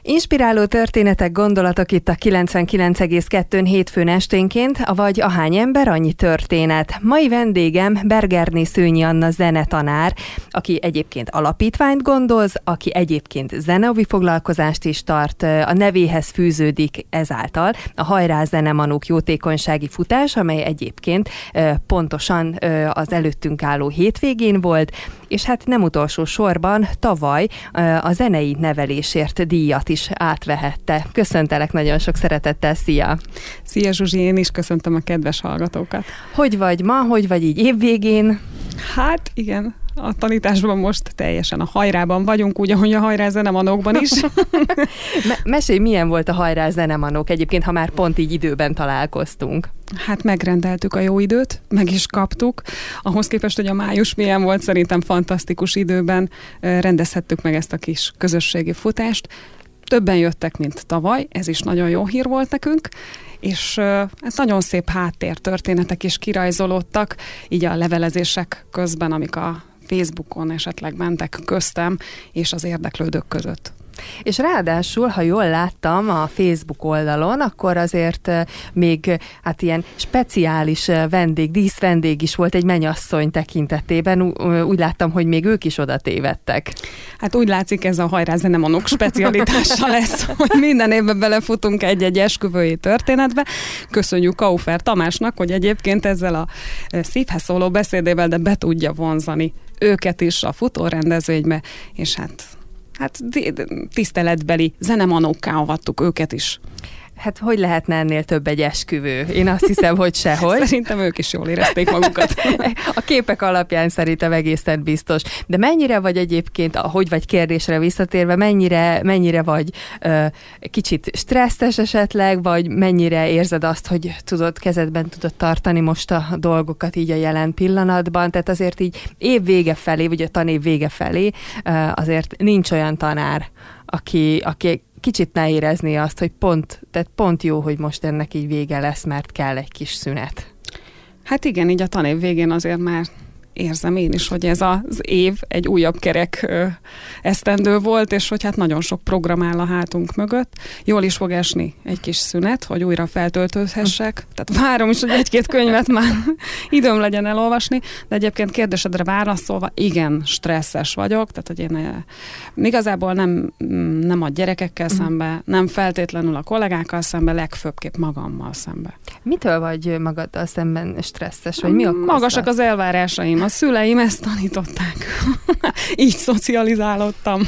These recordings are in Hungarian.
Inspiráló történetek, gondolatok itt a 99,2-n hétfőn esténként, avagy ahány ember, annyi történet. Mai vendégem Bergerné Szőnyi Anna zenetanár, aki egyébként alapítványt gondoz, aki egyébként zeneovi foglalkozást is tart, a nevéhez fűződik ezáltal a Hajrá Zenemanók jótékonysági futás, amely egyébként pontosan az előttünk álló hétvégén volt, és hát nem utolsó sorban tavaly a zenei nevelésért díjat is átvehette. Köszöntelek nagyon sok szeretettel, szia! Szia Zsuzsi, én is köszöntöm a kedves hallgatókat. Hogy vagy ma, hogy vagy így évvégén? Hát igen, a tanításban most teljesen a hajrában vagyunk, úgy, ahogy a Hajrá Zenemanókban is. Mesélj, milyen volt a Hajrá Zenemanók egyébként, ha már pont így időben találkoztunk? Hát megrendeltük a jó időt, meg is kaptuk. Ahhoz képest, hogy a május milyen volt, szerintem fantasztikus időben rendezhettük meg ezt a kis közösségi futást. Többen jöttek, mint tavaly, ez is nagyon jó hír volt nekünk, és hát nagyon szép háttértörténetek is kirajzolódtak, így a levelezések közben, amik a Facebookon esetleg mentek köztem és az érdeklődők között. És ráadásul, ha jól láttam a Facebook oldalon, akkor azért még hát ilyen speciális vendég, díszvendég is volt egy mennyasszony tekintetében. Úgy láttam, hogy még ők is oda tévedtek. Hát úgy látszik, ez a Hajrá Zenemanók specialitása lesz, hogy minden évben belefutunk egy-egy esküvői történetbe. Köszönjük Kaufer Tamásnak, hogy egyébként ezzel a szívhez szóló beszédével, de be tudja vonzani őket is a futórendezvénybe, és hát tiszteletbeli zenemanókká avattuk őket is. Hát hogy lehetne ennél több egy esküvő? Én azt hiszem, hogy sehogy. Szerintem ők is jól érezték magukat. A képek alapján szerintem egészen biztos. De mennyire vagy egyébként, ahogy vagy kérdésre visszatérve, mennyire vagy kicsit stresszes esetleg, vagy mennyire érzed azt, hogy kezedben tudod tartani most a dolgokat így a jelen pillanatban? Tehát azért így év vége felé, vagy a tanév vége felé azért nincs olyan tanár, aki kicsit ne érezni azt, hogy pont jó, hogy most ennek így vége lesz, mert kell egy kis szünet. Hát igen, így a tanév végén azért már érzem én is, hogy ez az év egy újabb kerek esztendő volt, és hogy hát nagyon sok program áll a hátunk mögött. Jól is fog esni egy kis szünet, hogy újra feltöltődhessek. Tehát várom is, hogy egy-két könyvet már időm legyen elolvasni, de egyébként kérdésedre válaszolva, igen, stresszes vagyok, tehát hogy én igazából nem a gyerekekkel szembe, nem feltétlenül a kollégákkal szembe, legfőbbképp magammal szembe. Mitől vagy magaddal szemben stresszes, vagy mi okozza? Magasak az elvárásaim. A szüleim ezt tanították. Így szocializálódtam.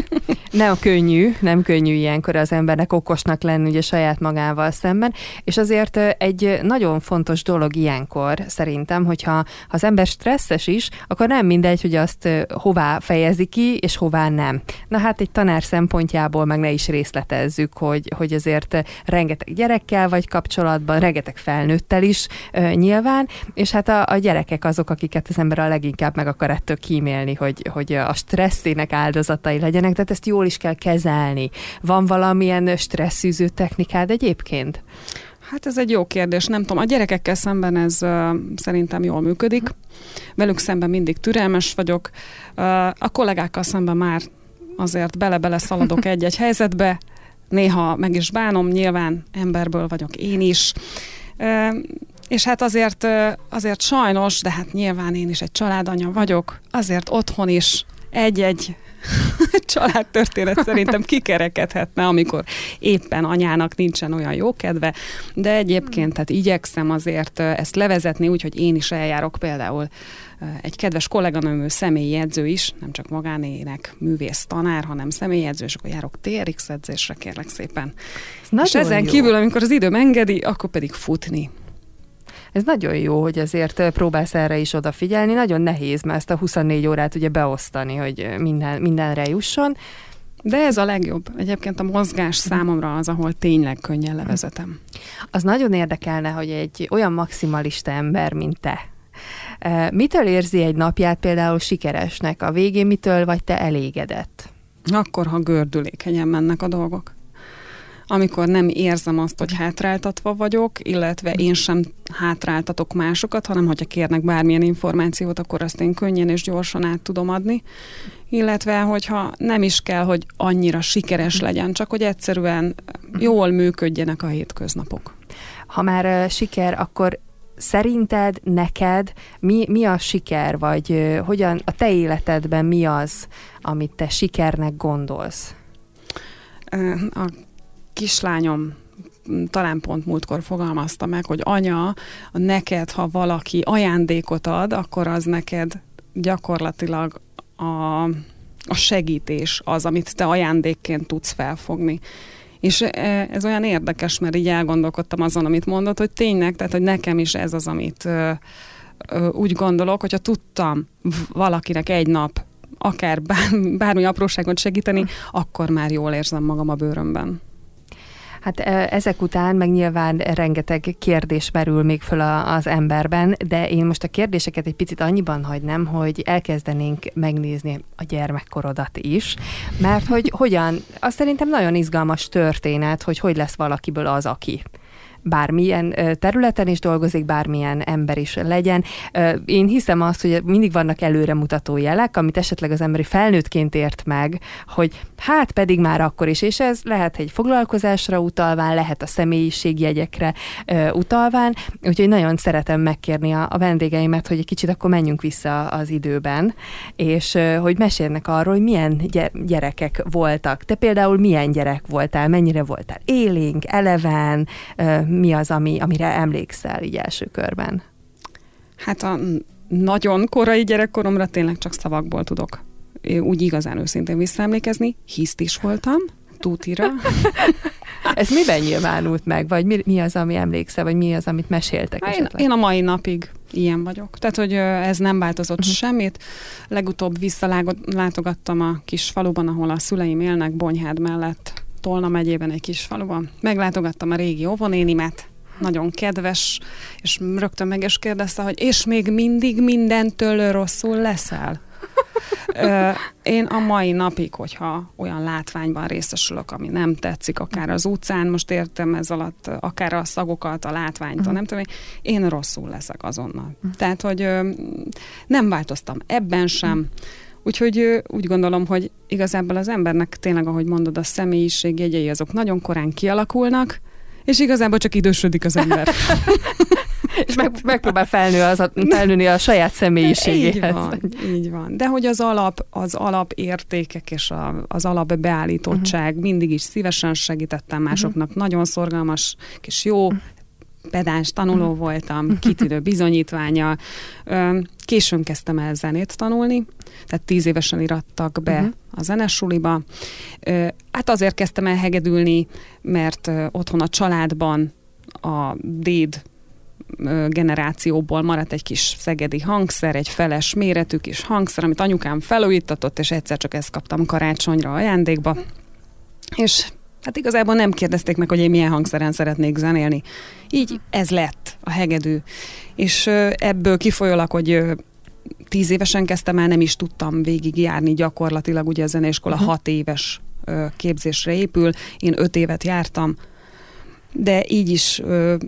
Nem könnyű ilyenkor az embernek okosnak lenni ugye saját magával szemben, és azért egy nagyon fontos dolog ilyenkor szerintem, hogyha az ember stresszes is, akkor nem mindegy, hogy azt hová fejezi ki, és hová nem. Na hát egy tanár szempontjából meg ne is részletezzük, hogy azért rengeteg gyerekkel vagy kapcsolatban, rengeteg felnőttel is nyilván, és hát a gyerekek azok, akiket az ember a leginkább meg akar ettől kímélni, hogy a stresszének áldozatai legyenek, tehát ezt jól is kell kezelni. Van valamilyen stresszűző technikád egyébként? Hát ez egy jó kérdés, nem tudom. A gyerekekkel szemben ez szerintem jól működik. Velük szemben mindig türelmes vagyok. A kollégákkal szemben már azért bele-bele szaladok egy-egy helyzetbe. Néha meg is bánom, nyilván emberből vagyok én is. És hát azért sajnos, de hát nyilván én is egy családanya vagyok, azért otthon is egy-egy családtörténet szerintem kikerekedhetne, amikor éppen anyának nincsen olyan jó kedve, de egyébként hát igyekszem azért ezt levezetni úgy, hogy én is eljárok például egy kedves kolléganőm, személyi edző is, nem csak magánének művész tanár, hanem személyi edző, és akkor járok TRX edzésre, kérlek szépen. És ezen kívül, amikor az időm engedi, akkor pedig futni. Ez nagyon jó, hogy azért próbálsz erre is odafigyelni. Nagyon nehéz, mert ezt a 24 órát ugye beosztani, hogy mindenre jusson. De ez a legjobb. Egyébként a mozgás számomra az, ahol tényleg könnyen levezetem. Az nagyon érdekelne, hogy egy olyan maximalista ember, mint te, mitől érzi egy napját például sikeresnek? A végén mitől vagy te elégedett? Akkor, ha gördülékenyen mennek a dolgok. amikor nem érzem azt, hogy hátráltatva vagyok, illetve én sem hátráltatok másokat, hanem hogyha kérnek bármilyen információt, akkor azt én könnyen és gyorsan át tudom adni. Illetve, hogyha nem is kell, hogy annyira sikeres legyen, csak hogy egyszerűen jól működjenek a hétköznapok. Ha már siker, akkor szerinted, neked mi a siker, vagy hogyan a te életedben mi az, amit te sikernek gondolsz? A kislányom talán pont múltkor fogalmazta meg, hogy anya, neked, ha valaki ajándékot ad, akkor az neked gyakorlatilag a segítés az, amit te ajándékként tudsz felfogni. És ez olyan érdekes, mert így elgondolkodtam azon, amit mondott, hogy tényleg, tehát hogy nekem is ez az, amit úgy gondolok, hogyha tudtam valakinek egy nap akár bármi apróságot segíteni, akkor már jól érzem magam a bőrömben. Hát ezek után meg nyilván rengeteg kérdés merül még föl az emberben, de én most a kérdéseket egy picit annyiban hagynám, hogy elkezdenénk megnézni a gyermekkorodat is, mert hogy hogyan, azt szerintem nagyon izgalmas történet, hogy lesz valakiből az, aki. Bármilyen területen is dolgozik, bármilyen ember is legyen. Én hiszem azt, hogy mindig vannak előremutató jelek, amit esetleg az emberi felnőttként ért meg, hogy hát pedig már akkor is, és ez lehet egy foglalkozásra utalván, lehet a személyiségjegyekre utalván, úgyhogy nagyon szeretem megkérni a vendégeimet, hogy egy kicsit akkor menjünk vissza az időben, és hogy mesélnek arról, hogy milyen gyerekek voltak. Te például milyen gyerek voltál, mennyire voltál élénk, eleven, mi az, amire emlékszel így első körben? Hát a nagyon korai gyerekkoromra tényleg csak szavakból tudok úgy igazán őszintén visszaemlékezni. Hiszt is voltam, tutira. Ez miben nyilvánult meg? Vagy mi az, ami emlékszel? Vagy mi az, amit meséltek esetleg? Én a mai napig ilyen vagyok. Tehát, hogy ez nem változott semmit. Legutóbb visszalátogattam a kis faluban, ahol a szüleim élnek, Bonyhád mellett, Tolna megyében egy kis faluban. Meglátogattam a régi óvonénimet, nagyon kedves, és rögtön meg is kérdezte, hogy és még mindig mindentől rosszul leszel? Én a mai napig, hogyha olyan látványban részesülök, ami nem tetszik, akár az utcán, most értem ez alatt, akár a szagokat, a látványt, nem tudom, én rosszul leszek azonnal. Tehát, hogy nem változtam ebben sem. Úgyhogy úgy gondolom, hogy igazából az embernek tényleg, ahogy mondod, a személyiség jegyei azok nagyon korán kialakulnak, és igazából csak idősödik az ember. És megpróbál felnőni a saját személyiségéhez. Így van. De hogy az alapértékek és az alapbeállítottság, mindig is szívesen segítettem másoknak, nagyon szorgalmas és jó, pedáns tanuló voltam, kitűnő bizonyítványa. Későn kezdtem el zenét tanulni, tehát 10 évesen irattak be a zenesuliba. Hát azért kezdtem el hegedülni, mert otthon a családban a déd generációból maradt egy kis szegedi hangszer, egy feles méretű kis hangszer, amit anyukám felújítatott, és egyszer csak ezt kaptam karácsonyra ajándékba. És hát igazából nem kérdezték meg, hogy én milyen hangszeren szeretnék zenélni. Így ez lett a hegedű. És ebből kifolyólag, hogy 10 évesen kezdtem el, nem is tudtam végigjárni gyakorlatilag, ugye a zeneiskola 6 éves képzésre épül, én 5 évet jártam, de így is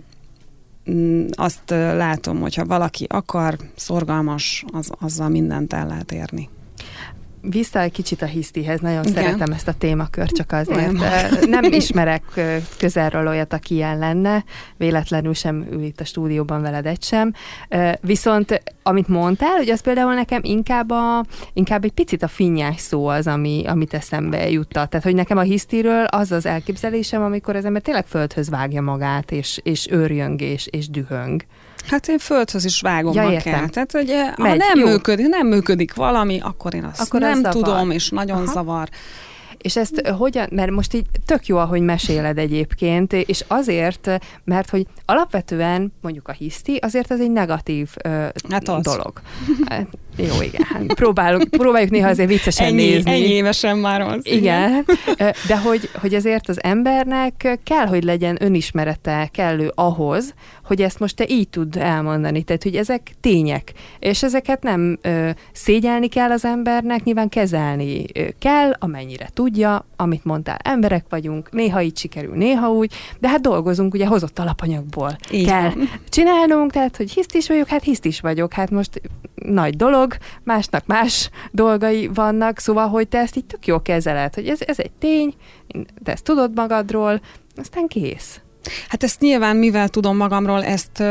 azt látom, hogyha valaki akar, szorgalmas, azzal mindent el lehet érni. Vissza egy kicsit a hisztihez, nagyon szeretem ezt a témakört, csak azért nem ismerek közelről olyat, aki ilyen lenne, véletlenül sem ül itt a stúdióban veled egy sem. Viszont amit mondtál, hogy az például nekem inkább egy picit a finnyás szó az, amit eszembe juttat. Tehát, hogy nekem a hisztiről az az elképzelésem, amikor az ember tényleg földhöz vágja magát, és őrjöng, és dühöng. Hát én földhöz is vágom magát. Tehát, hogy ha nem működik valami, akkor én azt akkor nem tudom, és nagyon zavar. És ezt hogyan, mert most így tök jó, ahogy meséled egyébként, és azért, mert hogy alapvetően mondjuk a hiszti, azért az egy negatív dolog. Jó, igen. Hát próbáljuk néha azért viccesen nézni. Ennyi évesen már az. Igen. De hogy azért az embernek kell, hogy legyen önismerete kellő ahhoz, hogy ezt most te így tudd elmondani. Tehát, hogy ezek tények. És ezeket nem szégyelni kell az embernek, nyilván kezelni kell, amennyire tudja, amit mondtál, emberek vagyunk, néha így sikerül, néha úgy, de hát dolgozunk ugye hozott alapanyagból. Így kell van. csinálnunk, tehát, hogy hisztis vagyok, hát hisztis vagyok. Hát most nagy dolog, másnak más dolgai vannak, szóval, hogy te ezt így tök jól kezeled, hogy ez egy tény, te ezt tudod magadról, aztán kész. Hát ezt nyilván, mivel tudom magamról, ezt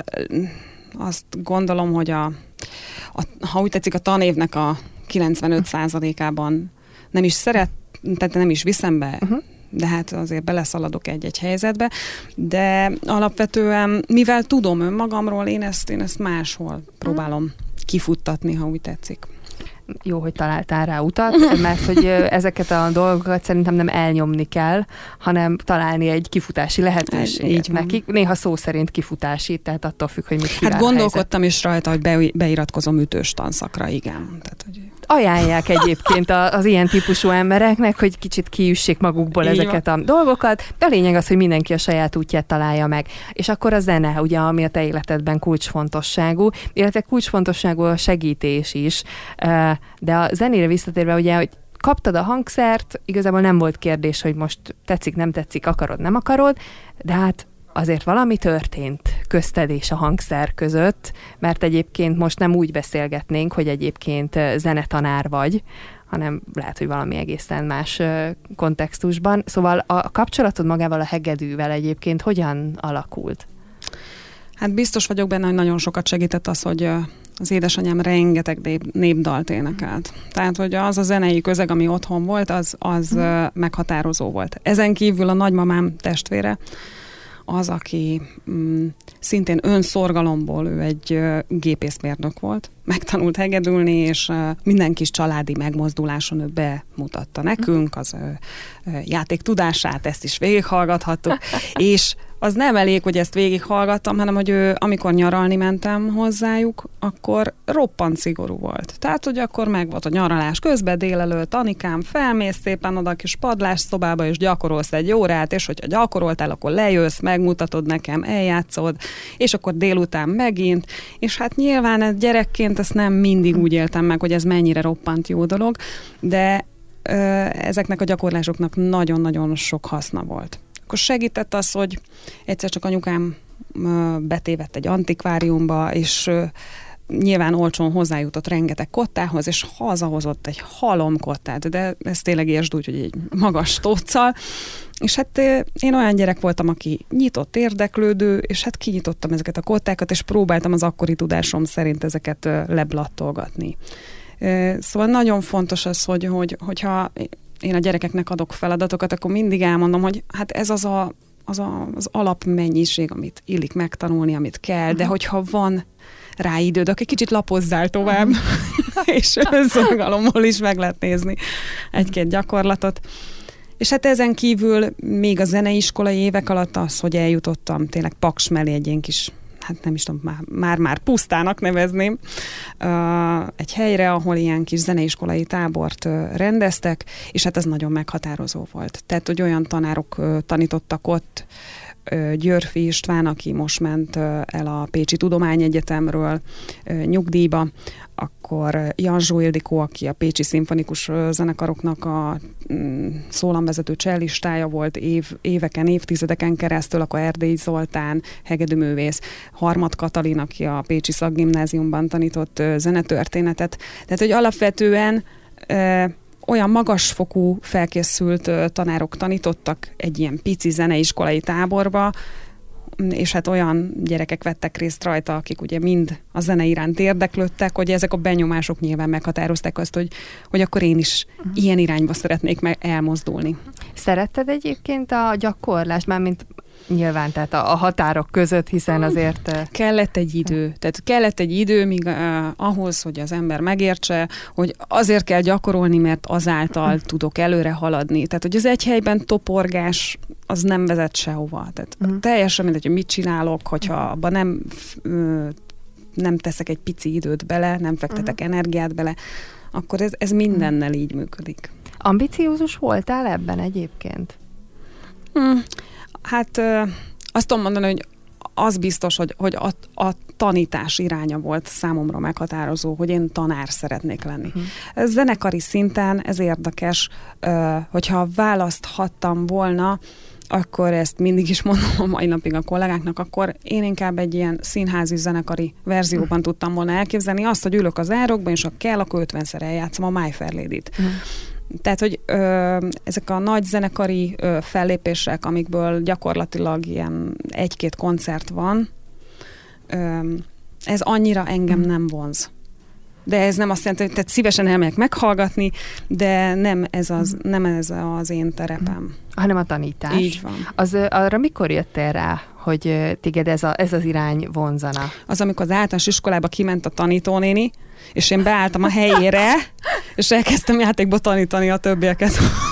azt gondolom, hogy ha úgy tetszik, a tanévnek a 95%-ában nem is tehát nem is viszem be, de hát azért beleszaladok egy-egy helyzetbe, de alapvetően, mivel tudom önmagamról, én ezt máshol próbálom kifuttatni, ha úgy tetszik. Jó, hogy találtál rá utat, mert hogy ezeket a dolgokat szerintem nem elnyomni kell, hanem találni egy kifutási lehetőséget nekik. Néha szó szerint kifutási, tehát attól függ, hogy mit kíván Hát gondolkodtam is rajta, hogy beiratkozom ütős tanszakra, igen. Tehát, hogy... Ajánlják egyébként az ilyen típusú embereknek, hogy kicsit kiüssék magukból ezeket a dolgokat, de a lényeg az, hogy mindenki a saját útját találja meg. És akkor a zene, ugye, ami a te életedben kulcsfontosságú, illetve kulcsfontosságú a segítés is, de a zenére visszatérve, ugye, hogy kaptad a hangszert, igazából nem volt kérdés, hogy most tetszik, nem tetszik, akarod, nem akarod, de hát azért valami történt közted és a hangszer között, mert egyébként most nem úgy beszélgetnénk, hogy egyébként zenetanár vagy, hanem lehet, hogy valami egészen más kontextusban. Szóval a kapcsolatod magával a hegedűvel egyébként hogyan alakult? Hát biztos vagyok benne, hogy nagyon sokat segített az, hogy az édesanyám rengeteg népdalt énekelt. Tehát, hogy az a zenei közeg, ami otthon volt, az meghatározó volt. Ezen kívül a nagymamám testvére, az, aki szintén önszorgalomból, ő egy gépészmérnök volt, megtanult hegedülni, és minden kis családi megmozduláson ő bemutatta nekünk az játék tudását, ezt is végighallgathattuk, és az nem elég, hogy ezt végighallgattam, hanem hogy ő, amikor nyaralni mentem hozzájuk, akkor roppant szigorú volt. Tehát, hogy akkor meg volt a nyaralás közben délelőtt, Anikám, felmész szépen oda a kis padlásszobába, és gyakorolsz egy órát, és hogyha gyakoroltál, akkor lejössz, megmutatod nekem, eljátszod, és akkor délután megint, és hát nyilván gyerekként ezt nem mindig úgy éltem meg, hogy ez mennyire roppant jó dolog, de ezeknek a gyakorlásoknak nagyon-nagyon sok haszna volt. Akkor segített az, hogy egyszer csak anyukám betévett egy antikváriumba, és nyilván olcsón hozzájutott rengeteg kottához, és hazahozott egy halomkottát, de ez tényleg értsd úgy, hogy egy magas tóccal, és hát én olyan gyerek voltam, aki nyitott, érdeklődő, és hát kinyitottam ezeket a kottákat, és próbáltam az akkori tudásom szerint ezeket leblattolgatni. Szóval nagyon fontos az, hogyha én a gyerekeknek adok feladatokat, akkor mindig elmondom, hogy hát ez az alapmennyiség, amit illik megtanulni, amit kell, de hogyha van rá időd, akkor egy kicsit lapozzál tovább, és önszorgalommal is meg lehet nézni egy-két gyakorlatot. És hát ezen kívül még a zeneiskolai évek alatt az, hogy eljutottam tényleg Paks mellé egy ilyen kis, hát nem is tudom, már pusztának nevezném, egy helyre, ahol ilyen kis zeneiskolai tábort rendeztek, és hát ez nagyon meghatározó volt. Tehát, hogy olyan tanárok tanítottak ott, Györfi István, aki most ment el a Pécsi Tudományegyetemről nyugdíjba, akkor Janzsó Ildikó, aki a Pécsi Szimfonikus Zenekaroknak a szólamvezető cellistája volt éveken, évtizedeken keresztül, akkor Erdélyi Zoltán, hegedűművész, Harmad Katalin, aki a Pécsi Szakgimnáziumban tanított zenetörténetet. Tehát, hogy alapvetően olyan magasfokú felkészült tanárok tanítottak egy ilyen pici zeneiskolai táborba, és hát olyan gyerekek vettek részt rajta, akik ugye mind a zene iránt érdeklődtek, hogy ezek a benyomások nyilván meghatározták azt, hogy akkor én is ilyen irányba szeretnék elmozdulni. Szeretted egyébként a gyakorlást, mármint nyilván, tehát a határok között, hiszen azért... Kellett egy idő. Tehát kellett egy idő, míg ahhoz, hogy az ember megértse, hogy azért kell gyakorolni, mert azáltal tudok előre haladni. Tehát, hogy az egy helyben toporgás, az nem vezet sehova. Tehát teljesen mindegy, hogy mit csinálok, hogyha abban nem nem teszek egy pici időt bele, nem fektetek energiát bele, akkor ez mindennel így működik. Ambiciózus voltál ebben egyébként? Hát azt tudom mondani, hogy az biztos, hogy a tanítás iránya volt számomra meghatározó, hogy én tanár szeretnék lenni. Zenekari szinten ez érdekes, hogyha választhattam volna, akkor ezt mindig is mondom a mai napig a kollégáknak, akkor én inkább egy ilyen színházi zenekari verzióban tudtam volna elképzelni azt, hogy ülök az árokban, és ha kell, akkor 50-szer eljátszom a My Fair Lady-t. Tehát, hogy ezek a nagy zenekari fellépések, amikből gyakorlatilag ilyen 1-2 koncert van, ez annyira engem nem vonz. De ez nem azt jelenti, hogy tehát szívesen elmegyek meghallgatni, de nem ez az én terepem. Hanem a tanítás. Így van. Arra mikor jöttél rá, hogy téged ez az irány vonzana? Az, amikor az általános iskolába kiment a tanítónéni, és én beálltam a helyére, és elkezdtem játékba tanítani a többieket.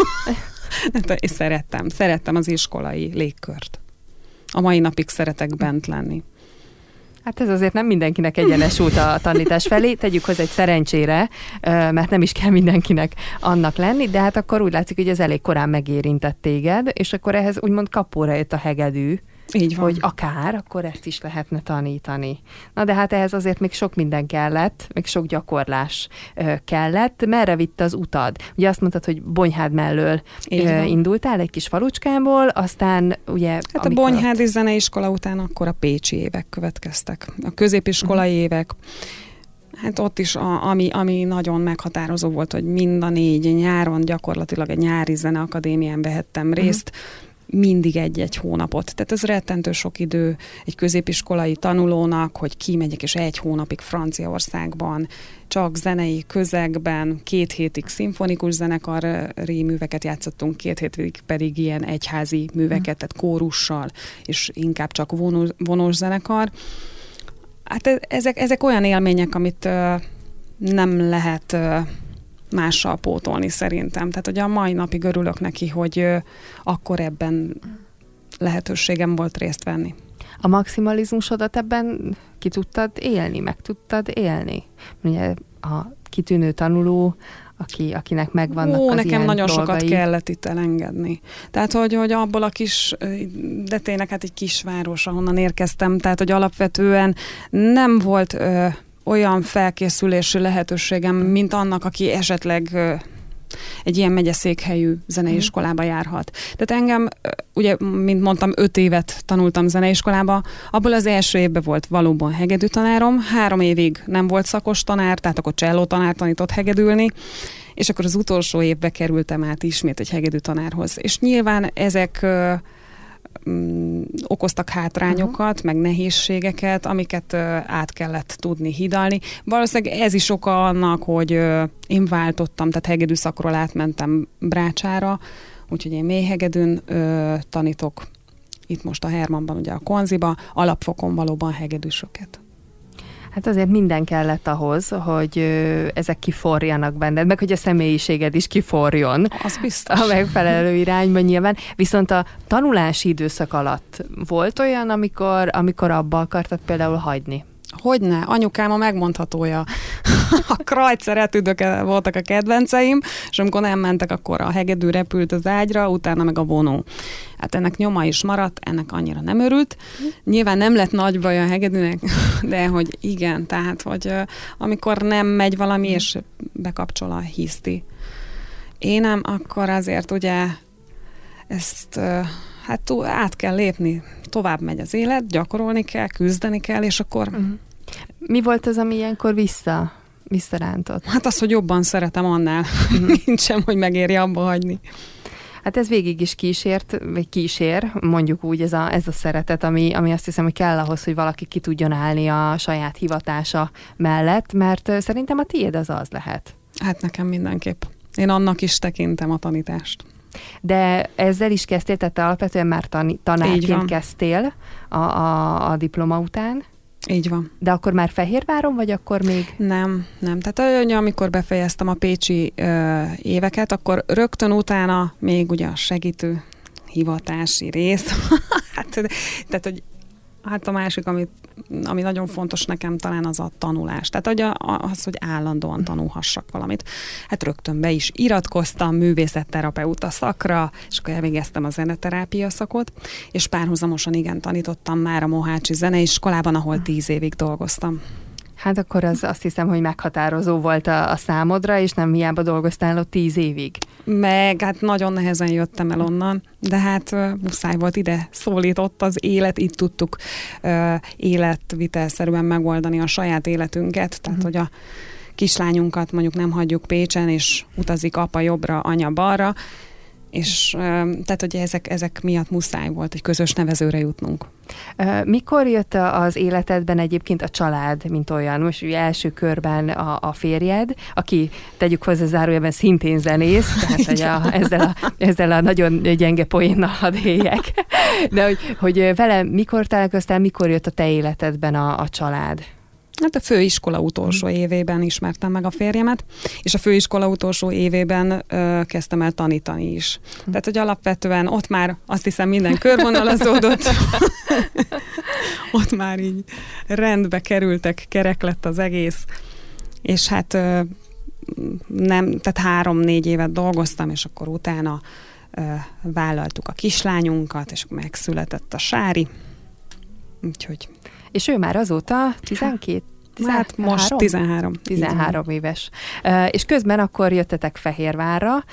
És szerettem az iskolai légkört. A mai napig szeretek bent lenni. Hát ez azért nem mindenkinek egyenes út a tanítás felé, tegyük hozzá egy szerencsére, mert nem is kell mindenkinek annak lenni, de hát akkor úgy látszik, hogy ez elég korán megérintett téged, és akkor ehhez úgymond kapóra jött a hegedű, így van. Hogy akkor ezt is lehetne tanítani. Na de hát ehhez azért még sok minden kellett, még sok gyakorlás kellett. Merre vitt az utad? Ugye azt mondtad, hogy Bonyhád mellől indultál egy kis falucskából, aztán ugye... Hát a Bonyhádi Zeneiskola után akkor a pécsi évek következtek. A középiskolai évek. Hát ott is, ami nagyon meghatározó volt, hogy mind a 4 nyáron gyakorlatilag egy nyári zeneakadémián vehettem részt, mindig egy hónapot. Tehát ez rettentő sok idő egy középiskolai tanulónak, hogy kimegyek és 1 hónapig Franciaországban, csak zenei közegben, 2 hétig szimfonikus zenekari műveket játszottunk, 2 hétig pedig ilyen egyházi műveket, tehát kórussal, és inkább csak vonós zenekar. Hát ezek olyan élmények, amit nem lehet mással pótolni szerintem. Tehát, hogy a mai napig örülök neki, hogy akkor ebben lehetőségem volt részt venni. A maximalizmusodat ebben ki tudtad élni, meg tudtad élni? Ugye a kitűnő tanuló, akinek megvannak az nekem ilyen nagyon dolgai. Sokat kellett itt elengedni. Tehát, hogy abból a kis, de tényleg hát egy kisváros, ahonnan érkeztem, tehát, hogy alapvetően nem volt olyan felkészülési lehetőségem, mint annak, aki esetleg egy ilyen megyeszékhelyű zeneiskolába járhat. Tehát engem, ugye, mint mondtam, 5 évet tanultam zeneiskolába, abból az első évben volt valóban hegedűtanárom, 3 évig nem volt szakos tanár, tehát akkor cselló tanár tanított hegedülni, és akkor az utolsó évbe kerültem át ismét egy hegedűtanárhoz. És nyilván ezek okoztak hátrányokat, meg nehézségeket, amiket át kellett tudni hidalni. Valószínűleg ez is oka annak, hogy én váltottam, tehát hegedű szakról átmentem Brácsára, úgyhogy én mélyhegedűn tanítok itt most a Hermannban, ugye a Konziba, alapfokon valóban hegedűsöket. Hát azért minden kellett ahhoz, hogy ezek kiforjanak benned, meg hogy a személyiséged is kiforjon. Az biztos. A megfelelő irányba nyilván. Viszont a tanulási időszak alatt volt olyan, amikor abba akartad például hagyni? Hogyne, anyukám a megmondhatója. A Krajcer etüdök voltak a kedvenceim, és amikor nem mentek, akkor a hegedű repült az ágyra, utána meg a vonó. Hát ennek nyoma is maradt, ennek annyira nem örült. Nyilván nem lett nagy baj a hegedűnek, de hogy igen, tehát, hogy amikor nem megy valami, és bekapcsol a hiszti énem, akkor azért ugye ezt hát át kell lépni. Tovább megy az élet, gyakorolni kell, küzdeni kell, és akkor... Mi volt az, ami ilyenkor visszarántott? Hát az, hogy jobban szeretem annál, mint sem, hogy megéri abba hagyni. Hát ez végig is kísér, mondjuk úgy ez a szeretet, ami azt hiszem, hogy kell ahhoz, hogy valaki ki tudjon állni a saját hivatása mellett, mert szerintem a tiéd az lehet. Hát nekem mindenképp. Én annak is tekintem a tanítást. De ezzel is kezdtél, tehát alapvetően már tanárként kezdtél a diploma után? Így van. De akkor már Fehérváron, vagy akkor még? Nem. Tehát amikor befejeztem a pécsi éveket, akkor rögtön utána még ugye a segítő hivatási rész. Tehát, hogy Hát a másik, ami nagyon fontos nekem talán az a tanulás. Tehát az, hogy állandóan tanulhassak valamit. Hát rögtön be is iratkoztam művészetterapeuta szakra, és akkor elvégeztem a zeneterápia szakot, és párhuzamosan igen tanítottam már a Mohácsi Zeneiskolában, ahol 10 évig dolgoztam. Hát akkor azt hiszem, hogy meghatározó volt a számodra, és nem hiába dolgoztál ott 10 évig. Meg hát nagyon nehezen jöttem el onnan, de hát muszáj volt, ide szólított az élet, itt tudtuk életvitelszerűen megoldani a saját életünket, tehát hogy a kislányunkat mondjuk nem hagyjuk Pécsen, és utazik apa jobbra, anya balra, és tehát, hogy ezek miatt muszáj volt egy közös nevezőre jutnunk. Mikor jött az életedben egyébként a család, mint olyan? Most ugye első körben a férjed, aki, tegyük hozzá zárójelben, szintén zenész, tehát hogy ezzel a nagyon gyenge poénnal hadd éljek. De hogy vele mikor találkoztál, mikor jött a te életedben a család? Hát a főiskola utolsó évében ismertem meg a férjemet, és a főiskola utolsó évében kezdtem el tanítani is. Tehát, hogy alapvetően ott már azt hiszem minden körvonalazódott, ott már így rendbe kerültek, kerek lett az egész, és hát tehát 3-4 évet dolgoztam, és akkor utána vállaltuk a kislányunkat, és akkor megszületett a Sári. Úgyhogy... És ő már azóta 12? Hát most 13. 13 éves. És közben akkor jöttetek Fehérvárra.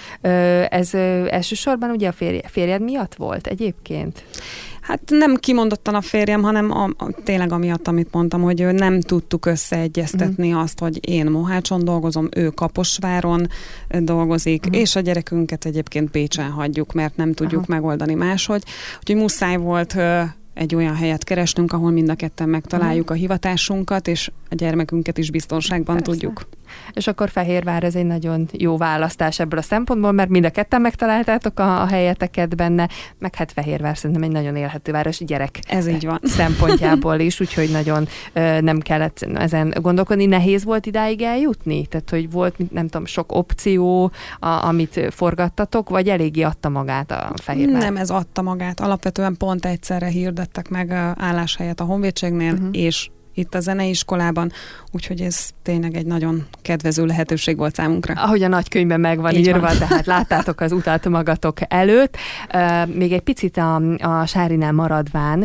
Ez elsősorban ugye a férjed miatt volt egyébként? Hát nem kimondottan a férjem, hanem tényleg amiatt, amit mondtam, hogy nem tudtuk összeegyeztetni azt, hogy én Mohácson dolgozom, ő Kaposváron dolgozik, és a gyerekünket egyébként Pécsen hagyjuk, mert nem tudjuk megoldani máshogy. Úgyhogy muszáj volt egy olyan helyet keresnünk, ahol mind a ketten megtaláljuk a hivatásunkat, és a gyermekünket is biztonságban tudjuk. És akkor Fehérvár ez egy nagyon jó választás ebből a szempontból, mert mind a ketten megtaláltátok a helyeteket benne, meg hát Fehérvár szerintem egy nagyon élhető város gyerek. Ez így van. Szempontjából is, úgyhogy nagyon nem kellett ezen gondolkodni. Nehéz volt idáig eljutni? Tehát, hogy volt, nem tudom, sok opció, amit forgattatok, vagy eléggé adta magát a Fehérvár? Nem, ez adta magát. Alapvetően pont egyszerre hirdettek meg álláshelyet a Honvédségnél, és itt a zeneiskolában, úgyhogy ez tényleg egy nagyon kedvező lehetőség volt számunkra. Ahogy a nagykönyvben megvan írva, tehát láttátok az utat magatok előtt. Még egy picit a Sárinál maradván,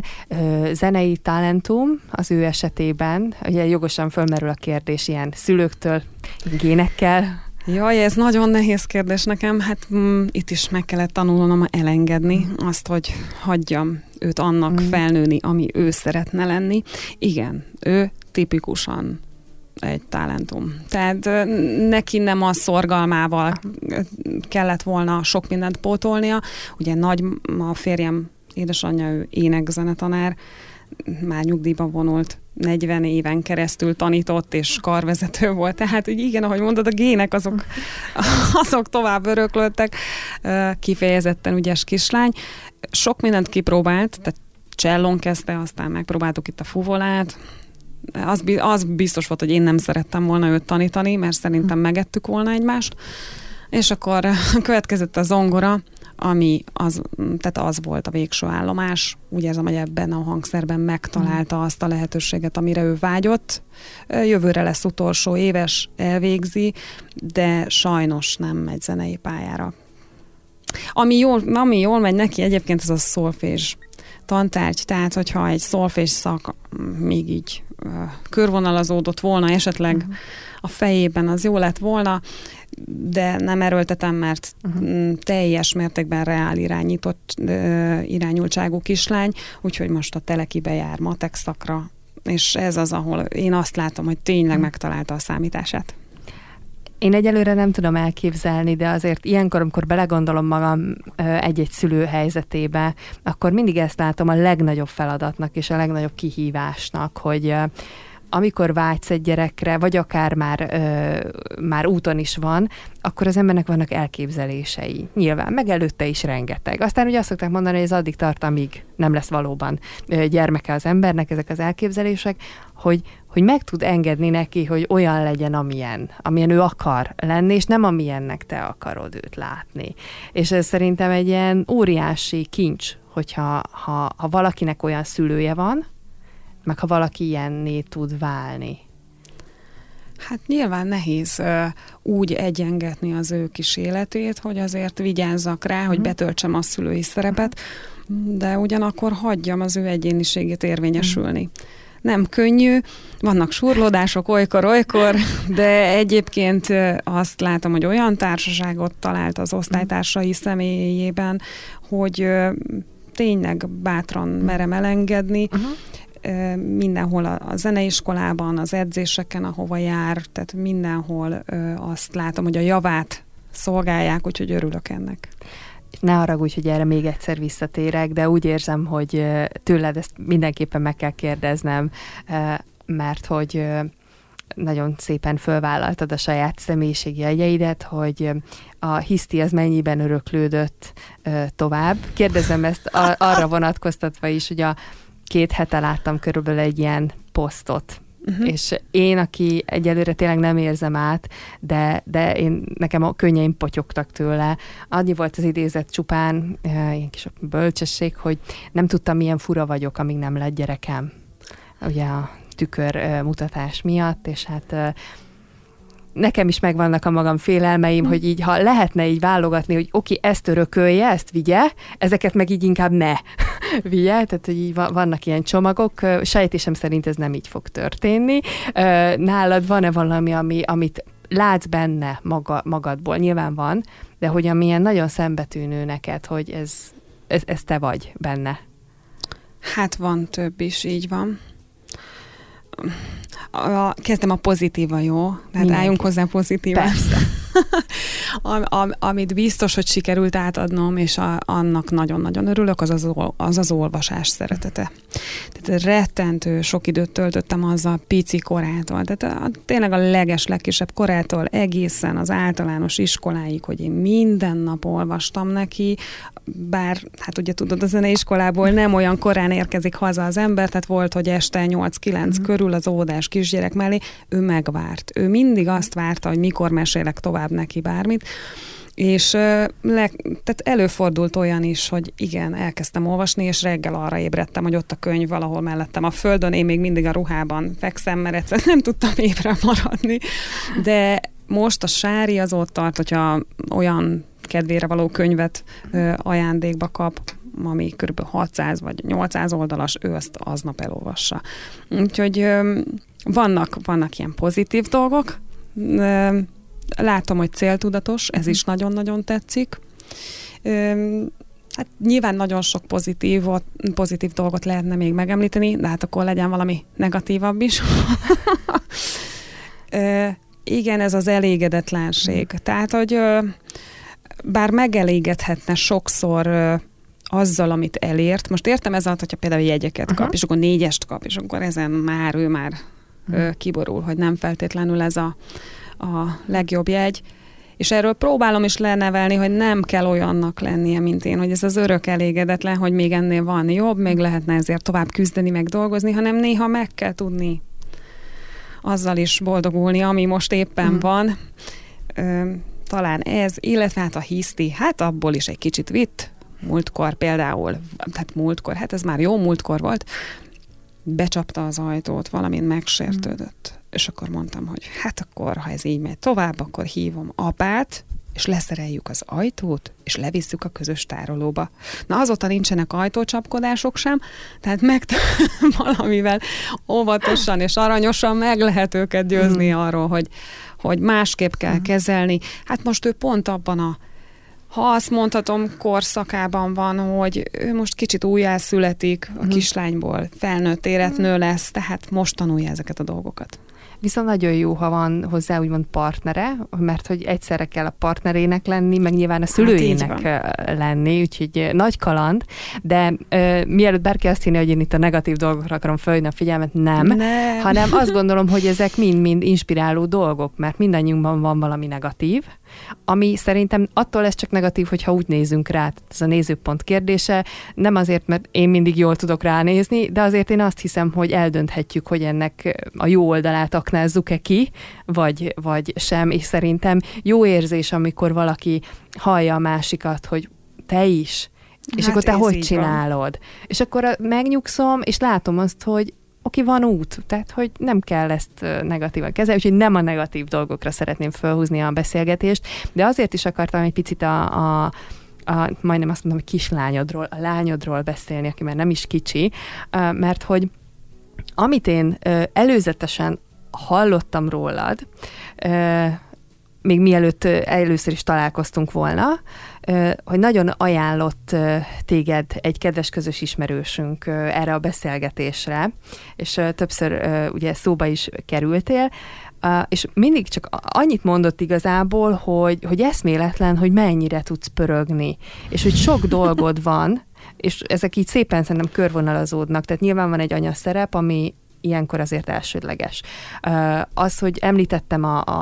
zenei talentum az ő esetében, ugye jogosan fölmerül a kérdés ilyen szülőktől, génekkel. Jaj, ez nagyon nehéz kérdés nekem. Hát itt is meg kellett tanulnom elengedni azt, hogy hagyjam őt annak felnőni, ami ő szeretne lenni. Igen, ő tipikusan egy talentum. Tehát neki nem a szorgalmával kellett volna sok mindent pótolnia. Ugye a férjem édesanyja, ő énekzenetanár, már nyugdíjba vonult, 40 éven keresztül tanított, és karvezető volt. Tehát igen, ahogy mondod, a gének azok tovább öröklődtek. Kifejezetten ügyes kislány. Sok mindent kipróbált, tehát csellón kezdte, aztán megpróbáltuk itt a fuvolát. Az biztos volt, hogy én nem szerettem volna őt tanítani, mert szerintem megettük volna egymást. És akkor következett a zongora, tehát az volt a végső állomás. Úgy érzem, hogy ebben a hangszerben megtalálta azt a lehetőséget, amire ő vágyott. Jövőre lesz utolsó éves, elvégzi, de sajnos nem megy zenei pályára. Ami jól megy neki egyébként, az a szolfés tantárgy, tehát hogyha egy szolfés szak még így körvonalazódott volna esetleg a fejében, az jó lett volna, de nem erőltetem, mert teljes mértékben reál irányultságú kislány, úgyhogy most a Telekibe jár matek szakra, és ez az, ahol én azt látom, hogy tényleg megtalálta a számítását. Én egyelőre nem tudom elképzelni, de azért ilyenkor, amikor belegondolom magam egy-egy szülő helyzetébe, akkor mindig ezt látom a legnagyobb feladatnak és a legnagyobb kihívásnak, hogy amikor vágysz egy gyerekre, vagy akár már úton is van, akkor az embernek vannak elképzelései. Nyilván, meg előtte is rengeteg. Aztán ugye azt szokták mondani, hogy ez addig tart, amíg nem lesz valóban gyermeke az embernek, ezek az elképzelések, hogy meg tud engedni neki, hogy olyan legyen, amilyen ő akar lenni, és nem amilyennek te akarod őt látni. És ez szerintem egy ilyen óriási kincs, hogyha valakinek olyan szülője van, meg ha valaki ilyenné tud válni? Hát nyilván nehéz úgy egyengetni az ő kis életét, hogy azért vigyázzak rá, hogy betöltsem a szülői szerepet, de ugyanakkor hagyjam az ő egyéniségét érvényesülni. Nem könnyű, vannak surlódások olykor, de egyébként azt látom, hogy olyan társaságot talált az osztálytársai személyében, hogy tényleg bátran merem elengedni, mindenhol a zeneiskolában, az edzéseken, ahova jár, tehát mindenhol azt látom, hogy a javát szolgálják, úgyhogy örülök ennek. Ne haragudj, hogy erre még egyszer visszatérek, de úgy érzem, hogy tőled ezt mindenképpen meg kell kérdeznem, mert hogy nagyon szépen fölvállaltad a saját személyiségi jegyeidet, hogy a hiszti az mennyiben öröklődött tovább. Kérdezem ezt arra vonatkoztatva is, hogy a 2 hete láttam körülbelül egy ilyen posztot, és én, aki egyelőre tényleg nem érzem át, de nekem a könnyeim potyogtak tőle. Annyi volt az idézet csupán, ilyen kis bölcsesség, hogy nem tudtam, milyen fura vagyok, amíg nem lett gyerekem. Ugye a tükör mutatás miatt, és hát nekem is megvannak a magam félelmeim, hogy így, ha lehetne így válogatni, hogy oké, ezt örökölje, ezt vigye, ezeket meg így inkább ne vigye, tehát hogy így vannak ilyen csomagok, sejtésem szerint ez nem így fog történni. Nálad van-e valami, amit látsz benne magadból? Nyilván van, de hogy amilyen nagyon szembetűnő neked, hogy ez te vagy benne. Hát van több is, így van. Kezdem a pozitíva, jó? Tehát álljunk hozzá pozitívan. Persze. Amit biztos, hogy sikerült átadnom, és annak nagyon-nagyon örülök, az olvasás szeretete. Tehát rettentő sok időt töltöttem azzal pici korától. Tehát tényleg a legkisebb korától egészen az általános iskoláig, hogy én minden nap olvastam neki, bár, hát ugye tudod, a zeneiskolából nem olyan korán érkezik haza az ember, tehát volt, hogy este 8-9 körül az óvodás kisgyerek mellé, ő megvárt. Ő mindig azt várta, hogy mikor mesélek tovább neki bármit, és tehát előfordult olyan is, hogy igen, elkezdtem olvasni, és reggel arra ébredtem, hogy ott a könyv valahol mellettem a földön, én még mindig a ruhában fekszem, mert egyszerűen nem tudtam ébre maradni. De most a Sári az ott tart, hogyha olyan kedvére való könyvet ajándékba kap, ami kb. 600 vagy 800 oldalas, ő azt aznap elolvassa. Úgyhogy vannak ilyen pozitív dolgok. Látom, hogy céltudatos, ez is nagyon-nagyon tetszik. Hát nyilván nagyon sok pozitív dolgot lehetne még megemlíteni, de hát akkor legyen valami negatívabb is. Igen, ez az elégedetlenség. Tehát, hogy bár megelégedhetne sokszor azzal, amit elért. Most értem ez alatt, hogyha például jegyeket kap, és akkor 4-est kap, és akkor ezen ő már kiborul, hogy nem feltétlenül ez a legjobb jegy. És erről próbálom is lenevelni, hogy nem kell olyannak lennie, mint én, hogy ez az örök elégedetlen, hogy még ennél van jobb, még lehetne ezért tovább küzdeni, meg dolgozni, hanem néha meg kell tudni azzal is boldogulni, ami most éppen van. Talán ez, illetve hát a hiszti, hát abból is egy kicsit vitt. Múltkor például, hát ez már jó múltkor volt, becsapta az ajtót, valamint megsértődött. És akkor mondtam, hogy hát akkor, ha ez így megy tovább, akkor hívom apát, és leszereljük az ajtót, és levisszük a közös tárolóba. Na azóta nincsenek ajtócsapkodások sem, tehát valamivel óvatosan és aranyosan meg lehet őket győzni arról, hogy másképp kell kezelni. Hát most ő pont abban ha azt mondhatom, korszakában van, hogy ő most kicsit újjászületik a kislányból, felnőtt életnő lesz, tehát most tanulja ezeket a dolgokat. Viszont nagyon jó, ha van hozzá úgymond partnere, mert hogy egyszerre kell a partnerének lenni, meg nyilván a szülőjének lenni, úgyhogy nagy kaland, de mielőtt bárki azt hinni, hogy én itt a negatív dolgokra akarom fölhívni a figyelmet, nem, hanem azt gondolom, hogy ezek mind-mind inspiráló dolgok, mert mindannyiunkban van valami negatív, ami szerintem attól lesz csak negatív, hogyha úgy nézünk rá, ez a nézőpont kérdése, nem azért, mert én mindig jól tudok ránézni, de azért én azt hiszem, hogy eldönthetjük, hogy ennek a jó oldalát aknázzuk-e ki, vagy sem, és szerintem jó érzés, amikor valaki hallja a másikat, hogy te is, és akkor te hogy csinálod? És akkor megnyugszom, és látom azt, hogy oké, van út, tehát hogy nem kell ezt negatívan kezelni, úgyhogy nem a negatív dolgokra szeretném felhúzni a beszélgetést, de azért is akartam egy picit majdnem azt mondom, hogy kislányodról, a lányodról beszélni, aki már nem is kicsi, mert hogy amit én előzetesen hallottam rólad, még mielőtt először is találkoztunk volna, hogy nagyon ajánlott téged egy kedves közös ismerősünk erre a beszélgetésre, és többször ugye szóba is kerültél, és mindig csak annyit mondott igazából, hogy eszméletlen, hogy mennyire tudsz pörögni, és hogy sok dolgod van, és ezek így szépen szerintem körvonalazódnak, tehát nyilván van egy anyaszerep, ami ilyenkor azért elsődleges. Az, hogy említettem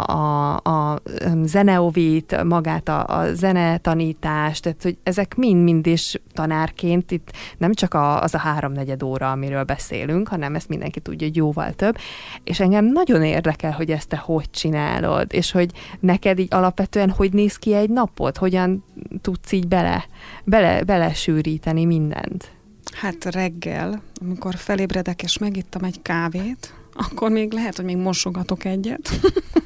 a zeneovit, magát a zenetanítást, tehát hogy ezek mind és tanárként itt nem csak az a 3-4 óra, amiről beszélünk, hanem ezt mindenki tudja, hogy jóval több, és engem nagyon érdekel, hogy ezt te hogy csinálod, és hogy neked így alapvetően hogy néz ki egy napod, hogyan tudsz így belesűríteni mindent. Hát reggel, amikor felébredek és megittam egy kávét, akkor még lehet, hogy még mosogatok egyet,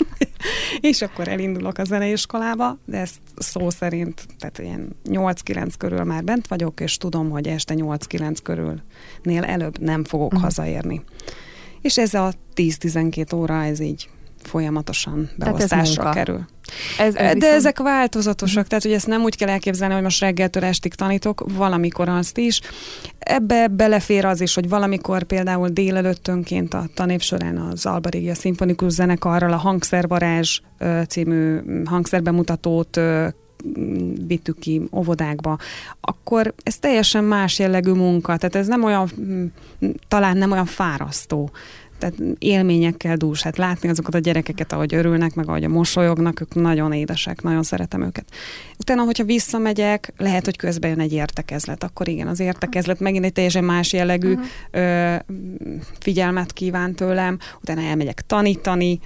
és akkor elindulok a zeneiskolába, de ezt szó szerint, tehát ilyen 8-9 körül már bent vagyok, és tudom, hogy este 8-9 körülnél előbb nem fogok hazaérni. És ez a 10-12 óra, ez így folyamatosan beosztásra kerül. De ezek változatosak, tehát hogy ezt nem úgy kell elképzelni, hogy most reggeltől estig tanítok, valamikor azt is. Ebbe belefér az is, hogy valamikor például délelőttönként a tanév során az Alba Regia Szimfonikus Zenekarral a Hangszervarázs című hangszerbemutatót vittük ki óvodákba, akkor ez teljesen más jellegű munka, tehát ez nem olyan, talán nem olyan fárasztó. Tehát élményekkel dús, hát látni azokat a gyerekeket, ahogy örülnek, meg ahogy mosolyognak, ők nagyon édesek, nagyon szeretem őket. Utána, hogyha visszamegyek, lehet, hogy közben jön egy értekezlet, akkor igen, az értekezlet megint egy teljesen más jellegű figyelmet kíván tőlem, utána elmegyek tanítani,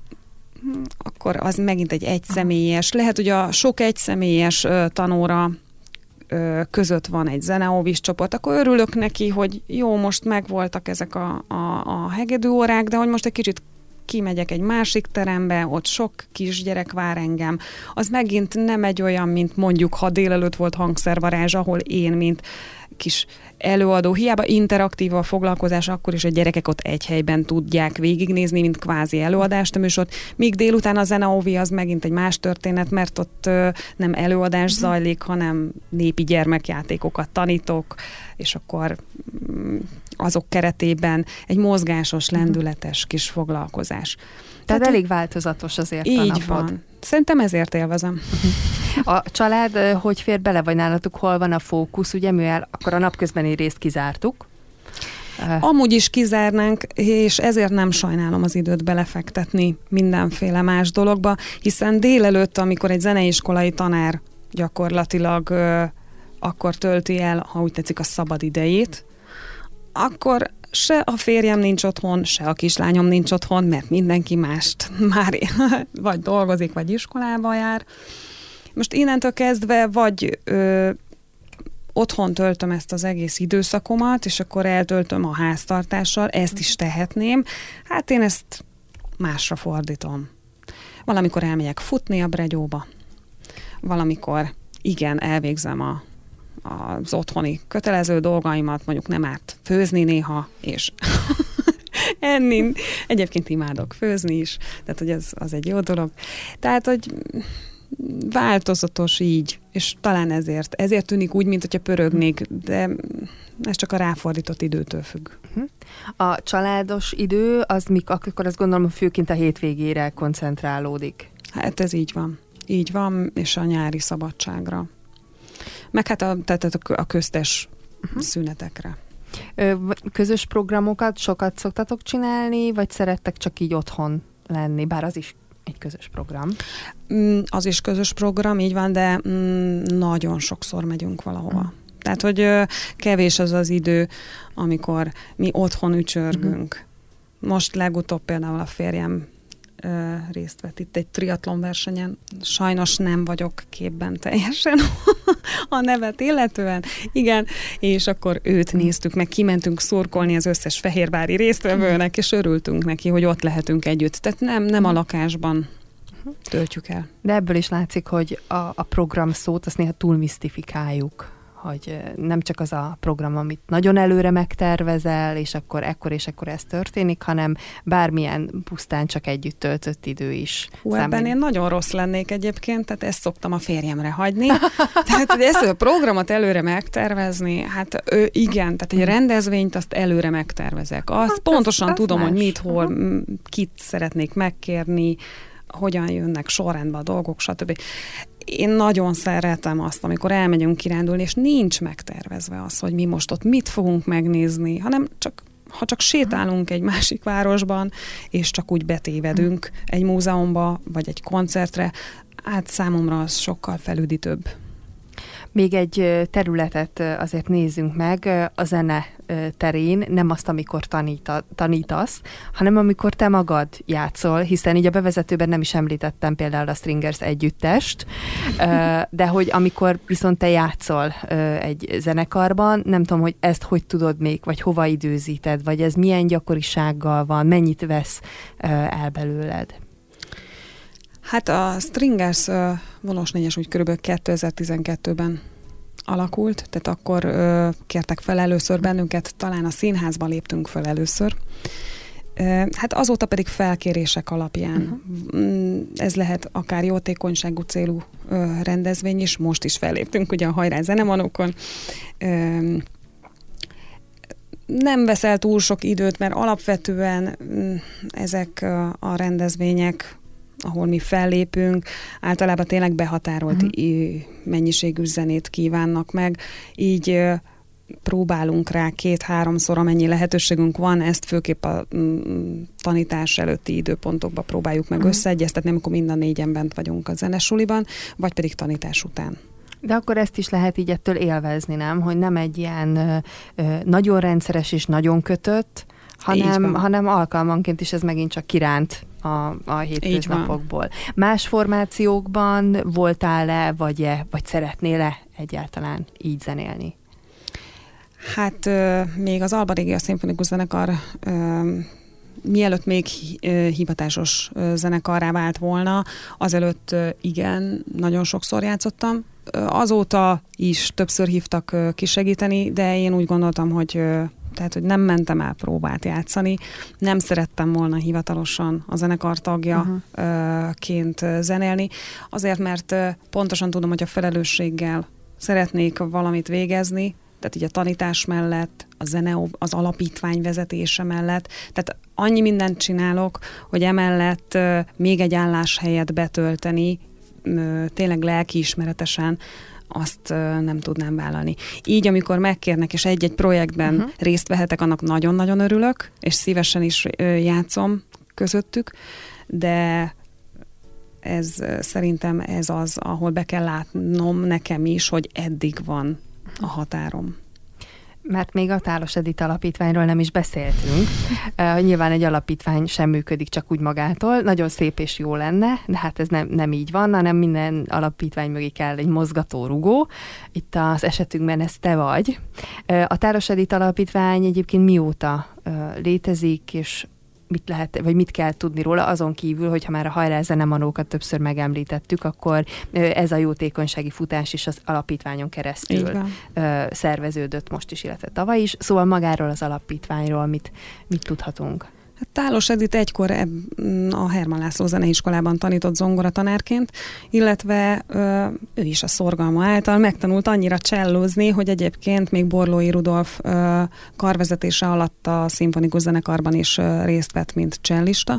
akkor az megint egy egyszemélyes, lehet, hogy a sok egyszemélyes tanóra között van egy zeneóvis csoport, akkor örülök neki, hogy jó, most megvoltak ezek a hegedű órák, de hogy most egy kicsit kimegyek egy másik terembe, ott sok kisgyerek vár engem. Az megint nem egy olyan, mint mondjuk, ha délelőtt volt hangszervarázs, ahol én, mint kis előadó, hiába interaktív a foglalkozás, akkor is a gyerekek ott egy helyben tudják végignézni, mint kvázi előadást a műsort, míg délután a zeneóvi az megint egy más történet, mert ott nem előadás zajlik, hanem népi gyermekjátékokat tanítok, és akkor azok keretében egy mozgásos, lendületes kis foglalkozás. Tehát elég változatos azért így a napod. Van. Szerintem ezért élvezem. A család hogy fér bele, vagy nálatuk hol van a fókusz, ugye, mivel akkor a napközbeni részt kizártuk? Amúgy is kizárnánk, és ezért nem sajnálom az időt belefektetni mindenféle más dologba, hiszen délelőtt, amikor egy zeneiskolai tanár gyakorlatilag akkor tölti el, ha úgy tetszik, a szabad idejét, akkor se a férjem nincs otthon, se a kislányom nincs otthon, mert mindenki mást már vagy dolgozik, vagy iskolába jár. Most innentől kezdve vagy otthon töltöm ezt az egész időszakomat, és akkor eltöltöm a háztartással, ezt is tehetném. Hát én ezt másra fordítom. Valamikor elmegyek futni a Bregyóba, valamikor igen, elvégzem az otthoni kötelező dolgaimat, mondjuk nem árt főzni néha, és enni. Egyébként imádok főzni is, tehát hogy az egy jó dolog. Tehát, hogy változatos így, és talán ezért tűnik úgy, mint hogyha pörögnék, de ez csak a ráfordított időtől függ. A családos idő, az akkor azt gondolom, főként a hétvégére koncentrálódik. Hát ez így van. Így van, és a nyári szabadságra. Meg hát a köztes szünetekre. Közös programokat sokat szoktatok csinálni, vagy szerettek csak így otthon lenni, bár az is egy közös program? Az is közös program, így van, de nagyon sokszor megyünk valahova. Tehát, hogy kevés az az idő, amikor mi otthon ücsörgünk. Most legutóbb például a férjem részt vett itt egy triatlon versenyen. Sajnos nem vagyok képben teljesen a nevet illetően. Igen, és akkor őt néztük, meg kimentünk szurkolni az összes fehérvári résztvevőnek, és örültünk neki, hogy ott lehetünk együtt. Tehát nem a lakásban töltjük el. De ebből is látszik, hogy a program szót azt néha túl misztifikáljuk, hogy nem csak az a program, amit nagyon előre megtervezel, és akkor ez történik, hanem bármilyen pusztán csak együtt töltött idő is. Ebben én nagyon rossz lennék egyébként, tehát ezt szoktam a férjemre hagyni. Tehát, hogy ezt a programot előre megtervezni, hát igen, tehát egy rendezvényt azt előre megtervezek. Azt pontosan tudom, hogy mit, hol, kit szeretnék megkérni, hogyan jönnek sorrendbe a dolgok, stb. Én nagyon szeretem azt, amikor elmegyünk kirándulni, és nincs megtervezve az, hogy mi most ott mit fogunk megnézni, hanem ha csak sétálunk egy másik városban, és csak úgy betévedünk egy múzeumba, vagy egy koncertre, hát számomra az sokkal felüdítőbb. Még egy területet azért nézzünk meg, a zene terén, nem azt, amikor tanítasz, hanem amikor te magad játszol, hiszen így a bevezetőben nem is említettem például a Stringers együttest, de hogy amikor viszont te játszol egy zenekarban, nem tudom, hogy ezt hogy tudod még, vagy hova időzíted, vagy ez milyen gyakorisággal van, mennyit vesz el belőled? Hát a Stringers vonos 4-es úgy kb. 2012-ben alakult, tehát akkor kértek fel először bennünket, talán a színházba léptünk fel először. Hát azóta pedig felkérések alapján. Ez lehet akár jótékonyságú célú rendezvény is, most is felléptünk ugye a Hajrá Zenemanókon. Nem veszel túl sok időt, mert alapvetően ezek a rendezvények, ahol mi fellépünk, általában tényleg behatárolt mennyiségű zenét kívánnak meg, így próbálunk rá 2-3-szor, amennyi lehetőségünk van, ezt főképp a tanítás előtti időpontokba próbáljuk meg összeegyeztetni, amikor mind a négyen bent vagyunk a zenesuliban, vagy pedig tanítás után. De akkor ezt is lehet így ettől élvezni, nem? Hogy nem egy ilyen nagyon rendszeres és nagyon kötött, hanem alkalmanként is ez megint csak kiránt a hétköznapokból. Más formációkban voltál-e, vagy szeretnél-e egyáltalán így zenélni? Hát még az Alba Regia Szimfonikus Zenekar mielőtt még hivatásos zenekarrá vált volna, azelőtt igen, nagyon sokszor játszottam. Azóta is többször hívtak kisegíteni, de én úgy gondoltam, hogy hogy nem mentem el próbát játszani, nem szerettem volna hivatalosan a zenekar tagjaként zenélni, azért, mert pontosan tudom, hogy a felelősséggel szeretnék valamit végezni, tehát így a tanítás mellett, a zene, az alapítvány vezetése mellett, tehát annyi mindent csinálok, hogy emellett még egy álláshelyet betölteni, tényleg lelkiismeretesen, azt nem tudnám vállalni. Így, amikor megkérnek, és egy-egy projektben részt vehetek, annak nagyon-nagyon örülök, és szívesen is játszom közöttük, de szerintem ez az, ahol be kell látnom nekem is, hogy eddig van a határom. Mert még a Tálos Edit alapítványról nem is beszéltünk. Nyilván egy alapítvány sem működik csak úgy magától. Nagyon szép és jó lenne, de hát ez nem így van, hanem minden alapítvány mögé kell egy mozgatórugó. Itt az esetünkben ez te vagy. A Tálos Edit alapítvány egyébként mióta létezik, és mit kell tudni róla, azon kívül, hogyha már a Hajrá Zenemanókat többször megemlítettük, akkor ez a jótékonysági futás is az alapítványon keresztül szerveződött most is, illetve tavaly is. Szóval magáról az alapítványról mit tudhatunk? Hát Tálos Edit egykor a Hermann László Zeneiskolában tanított zongoratanárként, illetve ő is a szorgalma által megtanult annyira csellózni, hogy egyébként még Borlói Rudolf karvezetése alatt a szimfonikus zenekarban is részt vett, mint csellista.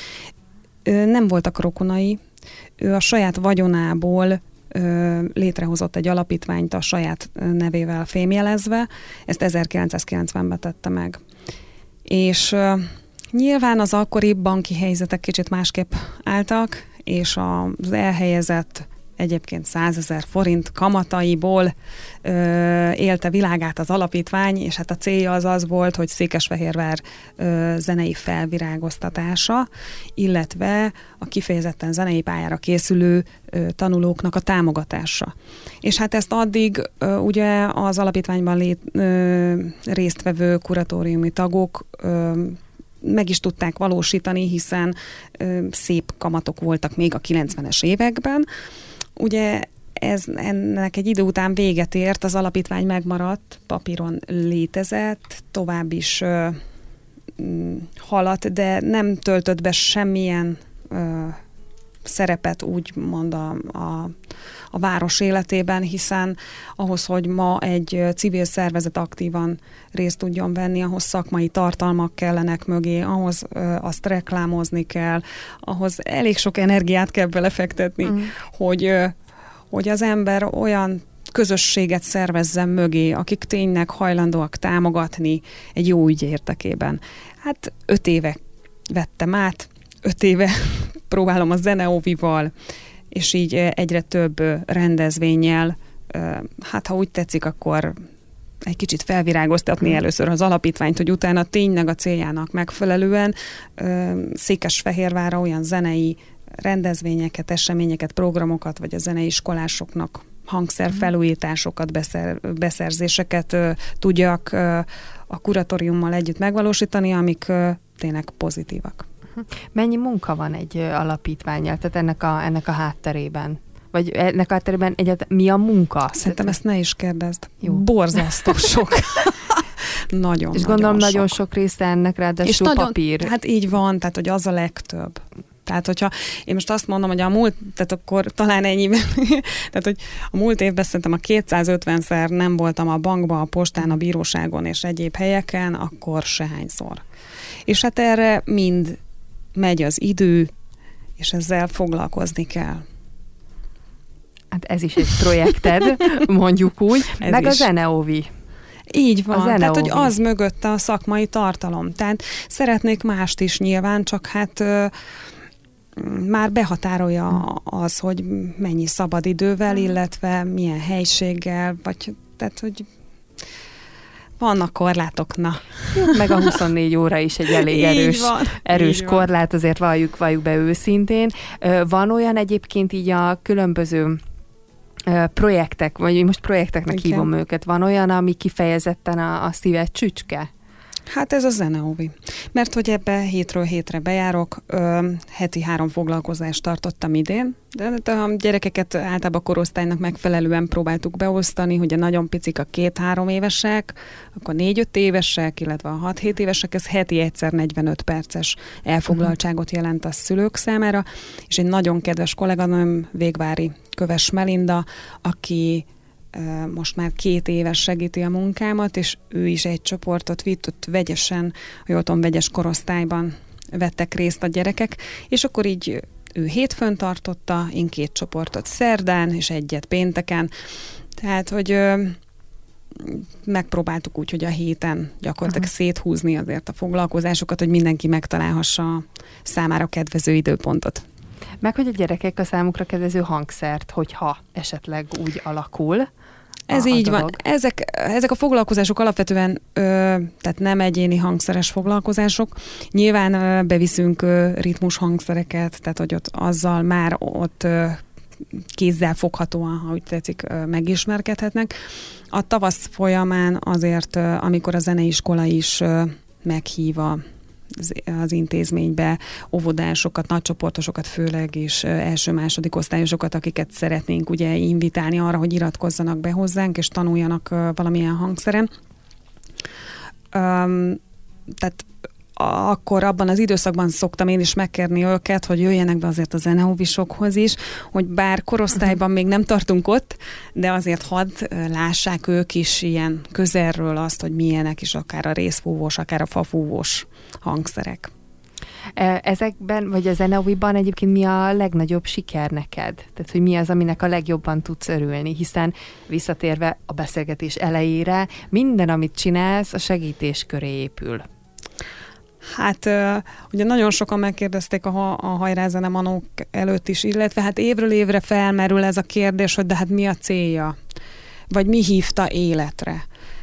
Nem voltak rokonai, ő a saját vagyonából létrehozott egy alapítványt a saját nevével fémjelezve, ezt 1990-ben tette meg. És nyilván az akkori banki helyzetek kicsit másképp álltak, és az elhelyezett egyébként 100 000 forint kamataiból élte világát az alapítvány, és hát a célja az volt, hogy Székesfehérvár zenei felvirágoztatása, illetve a kifejezetten zenei pályára készülő tanulóknak a támogatása. És hát ezt addig ugye az alapítványban résztvevő kuratóriumi tagok meg is tudták valósítani, hiszen szép kamatok voltak még a 90-es években. Ugye ennek egy idő után véget ért, az alapítvány megmaradt, papíron létezett, tovább is haladt, de nem töltött be semmilyen szerepet úgymond a város életében, hiszen ahhoz, hogy ma egy civil szervezet aktívan részt tudjon venni, ahhoz szakmai tartalmak kellenek mögé, ahhoz azt reklámozni kell, ahhoz elég sok energiát kell belefektetni, hogy az ember olyan közösséget szervezzen mögé, akik tényleg hajlandóak támogatni egy jó ügy érdekében. Hát 5 éve vettem át, 5 éve próbálom a Zeneovival, és így egyre több rendezvénnyel, hát ha úgy tetszik, akkor egy kicsit felvirágoztatni először az alapítványt, hogy utána tényleg a céljának megfelelően Székesfehérvárra olyan zenei rendezvényeket, eseményeket, programokat, vagy a zenei iskolásoknak hangszerfelújításokat, beszerzéseket tudjak a kuratóriummal együtt megvalósítani, amik tényleg pozitívak. Mennyi munka van egy alapítvánnyal, tehát ennek a hátterében? Vagy ennek a hátterében egyáltalán mi a munka? Szerintem ezt ne is kérdezd. Jó. Borzasztó sok. Nagyon, és gondolom nagyon sok része ennek, ráadásul papír. Hát így van, tehát hogy az a legtöbb. Tehát, hogyha én most azt mondom, hogy a múlt, tehát akkor talán ennyiben, tehát, hogy a múlt évben szerintem a 250-szer nem voltam a bankban, a postán, a bíróságon és egyéb helyeken, akkor sehányszor. És hát erre mind megy az idő, és ezzel foglalkozni kell. Hát ez is egy projekted, mondjuk úgy, ez meg is. A Zeneovi. Így van, tehát hogy az mögötte a szakmai tartalom. Tehát szeretnék mást is nyilván, csak hát már behatárolja az, hogy mennyi szabadidővel, illetve milyen helységgel, vagy tehát, hogy vannak korlátok, na. Meg a 24 óra is egy elég erős korlát, azért valljuk be őszintén. Van olyan egyébként így a különböző projektek, vagy most projekteknek hívom őket, van olyan, ami kifejezetten a szíved csücske? Hát ez a Zeneovi. Mert hogy ebbe hétről hétre bejárok, heti 3 foglalkozást tartottam idén, de a gyerekeket általában korosztálynak megfelelően próbáltuk beosztani, hogy a nagyon picik a 2-3 évesek, akkor 4-5 évesek, illetve a 6-7 évesek, ez heti egyszer 45 perces elfoglaltságot jelent a szülők számára, és egy nagyon kedves kolléganőm, Végvári Köves Melinda, aki most már 2 éves segíti a munkámat, és ő is egy csoportot vitt, ott vegyesen, jól tudom, vegyes korosztályban vettek részt a gyerekek, és akkor így ő hétfőn tartotta, én 2 csoportot szerdán, és 1 pénteken, tehát, hogy megpróbáltuk úgy, hogy a héten gyakorlatilag széthúzni azért a foglalkozásokat, hogy mindenki megtalálhassa számára kedvező időpontot. Meg, hogy a gyerekek a számukra kedvező hangszert, hogyha esetleg úgy alakul. Ez így van. Ezek a foglalkozások alapvetően tehát nem egyéni hangszeres foglalkozások. Nyilván beviszünk ritmus hangszereket, tehát hogy ott azzal már ott kézzel foghatóan, ha úgy tetszik, megismerkedhetnek. A tavasz folyamán azért, amikor a zeneiskola is meghív az intézménybe óvodásokat, nagycsoportosokat főleg, és első-második osztályosokat, akiket szeretnénk ugye invitálni arra, hogy iratkozzanak be hozzánk, és tanuljanak valamilyen hangszeren. Tehát akkor abban az időszakban szoktam én is megkérni őket, hogy jöjjenek be azért a zeneóvisokhoz is, hogy bár korosztályban még nem tartunk ott, de azért hadd lássák ők is ilyen közelről azt, hogy milyenek is akár a részfúvós, akár a fafúvós hangszerek. Ezekben, vagy a Zeneoviban egyébként mi a legnagyobb siker neked? Tehát, hogy mi az, aminek a legjobban tudsz örülni? Hiszen visszatérve a beszélgetés elejére, minden, amit csinálsz, a segítés köré épül. Hát ugye nagyon sokan megkérdezték a hajrázene manók előtt is, illetve hát évről évre felmerül ez a kérdés, hogy de hát mi a célja? Vagy mi hívta életre?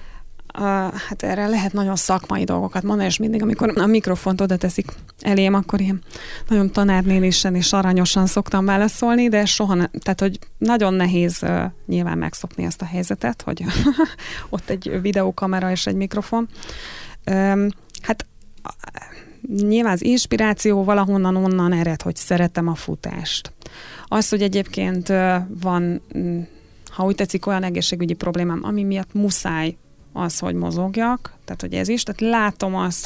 Hát erre lehet nagyon szakmai dolgokat mondani, és mindig, amikor a mikrofont oda teszik elém, akkor ilyen nagyon tanárnélésen és aranyosan szoktam válaszolni, de soha nem, tehát hogy nagyon nehéz nyilván megszokni ezt a helyzetet, hogy ott egy videókamera és egy mikrofon. Hát nyilván az inspiráció valahonnan onnan ered, hogy szeretem a futást. Az, hogy egyébként van, ha úgy tetszik, olyan egészségügyi problémám, ami miatt muszáj az, hogy mozogjak, tehát hogy ez is, tehát látom azt,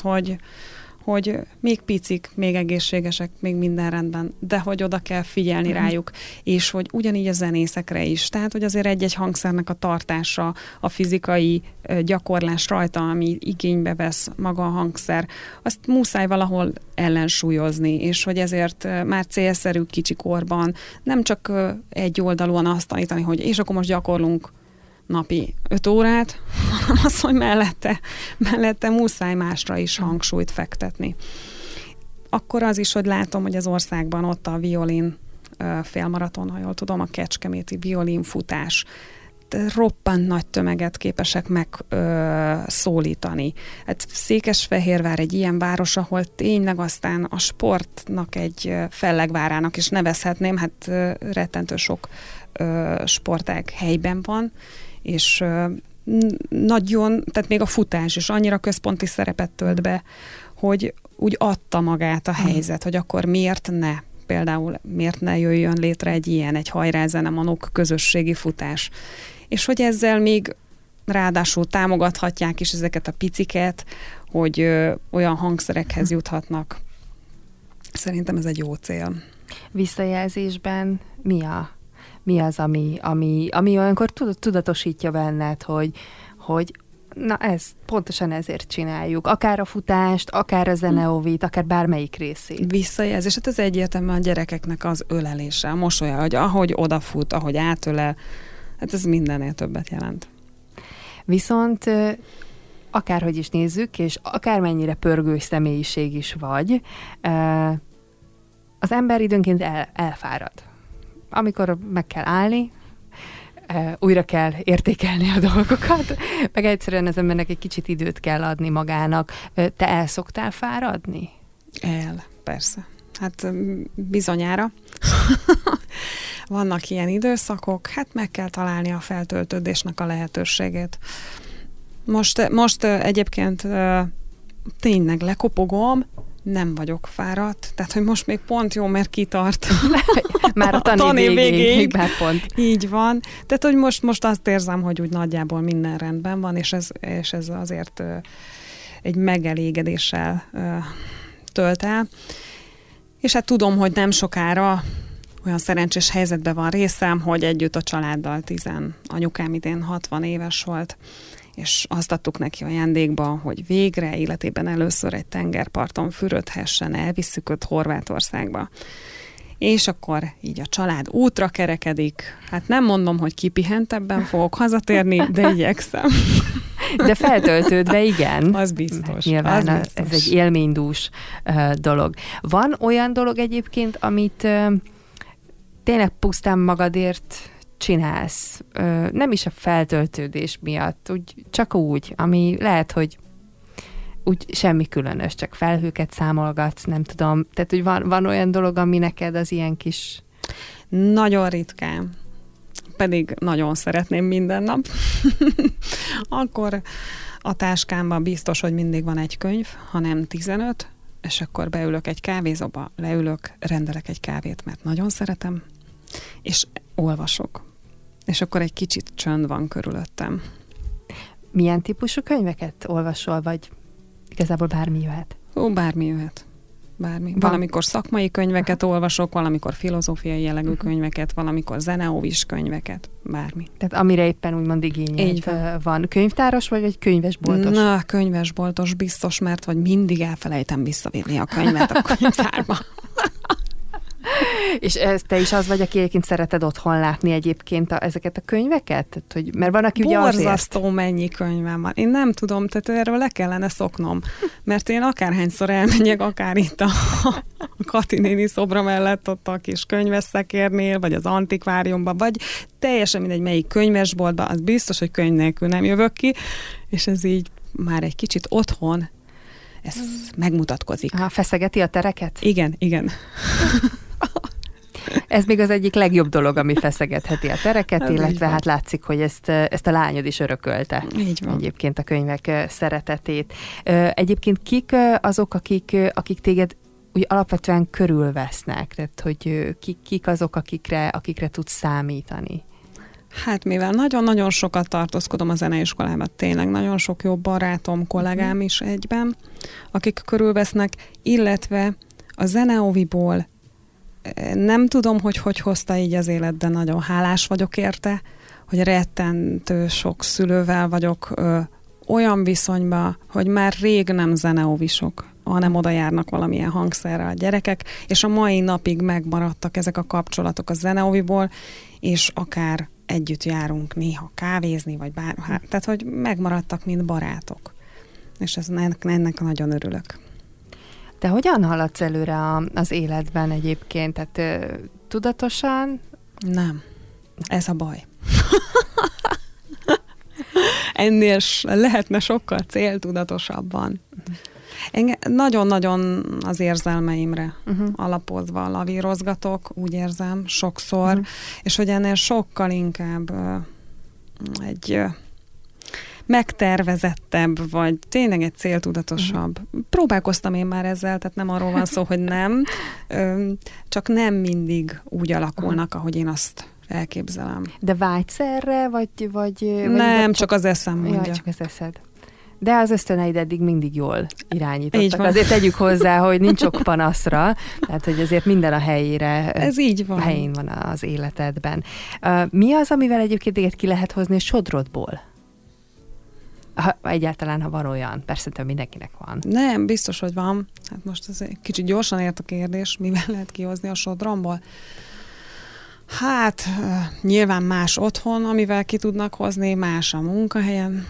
hogy még picik, még egészségesek, még minden rendben, de hogy oda kell figyelni rájuk, és hogy ugyanígy a zenészekre is. Tehát, hogy azért egy-egy hangszernek a tartása, a fizikai gyakorlás rajta, ami igénybe vesz maga a hangszer, azt muszáj valahol ellensúlyozni, és hogy ezért már célszerű kicsikorban nem csak egy oldalúan azt tanítani, hogy és akkor most gyakorlunk napi 5 órát, hanem az, hogy mellette muszáj másra is hangsúlyt fektetni. Akkor az is, hogy látom, hogy az országban ott a violin félmaraton, ha jól tudom, a kecskeméti violinfutás roppant nagy tömeget képesek megszólítani. Hát Székesfehérvár egy ilyen város, ahol tényleg aztán a sportnak egy fellegvárának is nevezhetném, hát rettentő sok sportág helyben van, és nagyon, tehát még a futás is annyira központi szerepet tölt be, hogy úgy adta magát a helyzet, hogy akkor miért ne? Például miért ne jöjjön létre egy hajrázene manók közösségi futás. És hogy ezzel még ráadásul támogathatják is ezeket a piciket, hogy olyan hangszerekhez juthatnak. Szerintem ez egy jó cél. Visszajelzésben mi az, ami olyankor tudatosítja benned, hogy na pontosan ezért csináljuk. Akár a futást, akár a zeneóvit, akár bármelyik részét. Visszajelzés, hát ez egyértelműen a gyerekeknek az ölelése, a mosolya, hogy ahogy odafut, ahogy átölel, hát ez mindennél többet jelent. Viszont akárhogy is nézzük, és akármennyire pörgős személyiség is vagy, az ember időnként elfárad. Amikor meg kell állni, újra kell értékelni a dolgokat, meg egyszerűen az embernek egy kicsit időt kell adni magának. Te el szoktál fáradni? Persze. Hát bizonyára. Vannak ilyen időszakok, hát meg kell találni a feltöltődésnek a lehetőségét. Most egyébként tényleg lekopogom, nem vagyok fáradt, tehát hogy most még pont jó, mert kitart. Már a tanév végéig. Már pont. Így van. Tehát, hogy most azt érzem, hogy úgy nagyjából minden rendben van, és ez azért egy megelégedéssel tölt el. És hát tudom, hogy nem sokára olyan szerencsés helyzetben van részem, hogy együtt a családdal anyukám idén 60 éves volt, és azt adtuk neki ajándékba, hogy végre életében először egy tengerparton fürödhessen, elvisszük őt Horvátországba. És akkor így a család útra kerekedik. Hát nem mondom, hogy kipihentebben fogok hazatérni, de igyekszem. De feltöltődve igen. Az biztos. Nyilván az biztos. Ez egy élménydús dolog. Van olyan dolog egyébként, amit tényleg pusztán magadért csinálsz, nem is a feltöltődés miatt, csak úgy, ami lehet, hogy úgy semmi különös, csak felhőket számolgatsz, nem tudom. Tehát, hogy van olyan dolog, ami neked az ilyen kis... Nagyon ritkán. Pedig nagyon szeretném minden nap. Akkor a táskámban biztos, hogy mindig van egy könyv, ha nem 15, és akkor beülök egy kávézóba, leülök, rendelek egy kávét, mert nagyon szeretem, és olvasok. És akkor egy kicsit csönd van körülöttem. Milyen típusú könyveket olvasol, vagy igazából bármi jöhet? Bármi jöhet. Bármi. Valamikor szakmai könyveket olvasok, valamikor filozófiai jellegű könyveket, valamikor zeneóvis könyveket, bármi. Tehát amire éppen úgymond igényed van. Könyvtáros vagy egy könyvesboltos? Na, könyvesboltos biztos, mert vagy mindig elfelejtem visszavinni a könyvet a könyvtárba. És te is az vagy, aki egyébként szereted otthon látni egyébként ezeket a könyveket? Tehát, hogy, mert van, aki ugye azért... Borzasztó mennyi könyvem van. Én nem tudom, tehát erről le kellene szoknom. Mert én akárhányszor elmenjek, akár itt a Kati néni szobra mellett, ott a kis könyveszekérnél, vagy az antikváriumban, vagy teljesen mindegy, melyik könyvesboltban, az biztos, hogy könyv nélkül nem jövök ki, és ez így már egy kicsit otthon, ez megmutatkozik. Feszegeti a tereket? Igen. Ez még az egyik legjobb dolog, ami feszegetheti a tereket, ez illetve hát látszik, hogy ezt a lányod is örökölte. Így van. Egyébként a könyvek szeretetét. Egyébként kik azok, akik téged úgy alapvetően körülvesznek? Tehát, hogy kik azok, akikre tudsz számítani? Hát mivel nagyon-nagyon sokat tartózkodom a zeneiskolában, tényleg nagyon sok jó barátom, kollégám is egyben, akik körülvesznek, illetve a zeneoviból nem tudom, hogy hozta így az élet, de nagyon hálás vagyok érte, hogy rettentő sok szülővel vagyok olyan viszonyban, hogy már rég nem zeneovisok, hanem oda járnak valamilyen hangszerrel a gyerekek, és a mai napig megmaradtak ezek a kapcsolatok a zeneoviból, és akár együtt járunk néha kávézni, vagy tehát, hogy megmaradtak, mint barátok. És ennek nagyon örülök. Te hogyan haladsz előre az életben egyébként? Tehát tudatosan? Nem. Ez a baj. Ennél lehetne sokkal céltudatosabban. Nagyon-nagyon az érzelmeimre alapozva lavírozgatok, úgy érzem, sokszor, és hogy ennél sokkal inkább egy megtervezettebb, vagy tényleg egy céltudatosabb. Próbálkoztam én már ezzel, tehát nem arról van szó, hogy nem, csak nem mindig úgy alakulnak, ahogy én azt elképzelem. De vágysz erre, vagy nem, csak az eszem mondja. Jaj, csak az eszed. De az ösztöneid eddig mindig jól irányítottak. Azért tegyük hozzá, hogy nincs ok panaszra, tehát hogy azért minden a helyére. Ez így van. Helyén van az életedben. Mi az, amivel egyébként téged ki lehet hozni a sodrodból? Egyáltalán, ha van olyan. Persze, mindenkinek van. Nem, biztos, hogy van. Hát most ez egy kicsit gyorsan ért a kérdés, mivel lehet kihozni a sodromból. Hát, nyilván más otthon, amivel ki tudnak hozni, más a munkahelyen.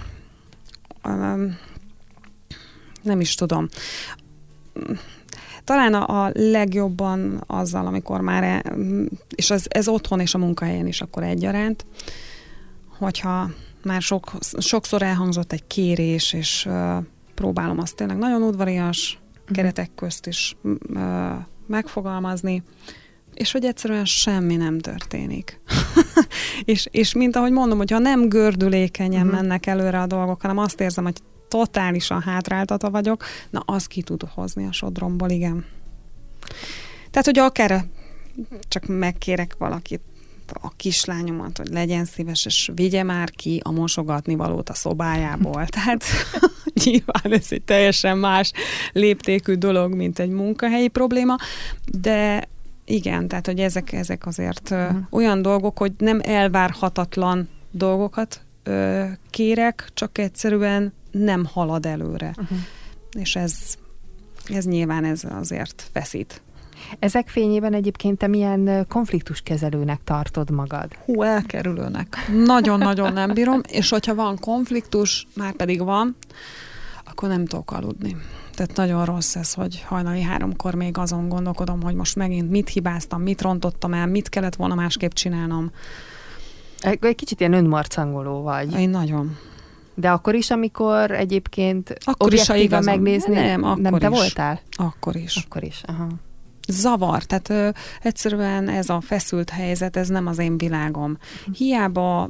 Nem is tudom. Talán a legjobban azzal, amikor már, és ez otthon és a munkahelyen is akkor egyaránt, hogyha már sokszor elhangzott egy kérés, és próbálom azt tényleg nagyon udvarias keretek közt is megfogalmazni, és hogy egyszerűen semmi nem történik. és mint ahogy mondom, hogyha nem gördülékenyen mennek előre a dolgok, hanem azt érzem, hogy totálisan hátráltatva vagyok, na az ki tud hozni a sodromból, igen. Tehát, hogy akár csak megkérek valakit, a kislányomat, hogy legyen szíves, és vigye már ki a mosogatnivalót a szobájából. Tehát nyilván ez egy teljesen más léptékű dolog, mint egy munkahelyi probléma, de igen, tehát, hogy ezek azért olyan dolgok, hogy nem elvárhatatlan dolgokat kérek, csak egyszerűen nem halad előre. És ez nyilván ez azért feszít. Ezek fényében egyébként te milyen konfliktuskezelőnek tartod magad? Elkerülőnek. Nagyon-nagyon nem bírom, és hogyha van konfliktus, már pedig van, akkor nem tudok aludni. Tehát nagyon rossz ez, hogy hajnali 3-kor még azon gondolkodom, hogy most megint mit hibáztam, mit rontottam el, mit kellett volna másképp csinálnom. Egy kicsit ilyen önmarcangoló vagy. Én nagyon. De akkor is, amikor egyébként akkor objektíven megnézni, nem te is. Voltál? Akkor is. Akkor is, aha. Zavar, tehát egyszerűen ez a feszült helyzet, ez nem az én világom. Hiába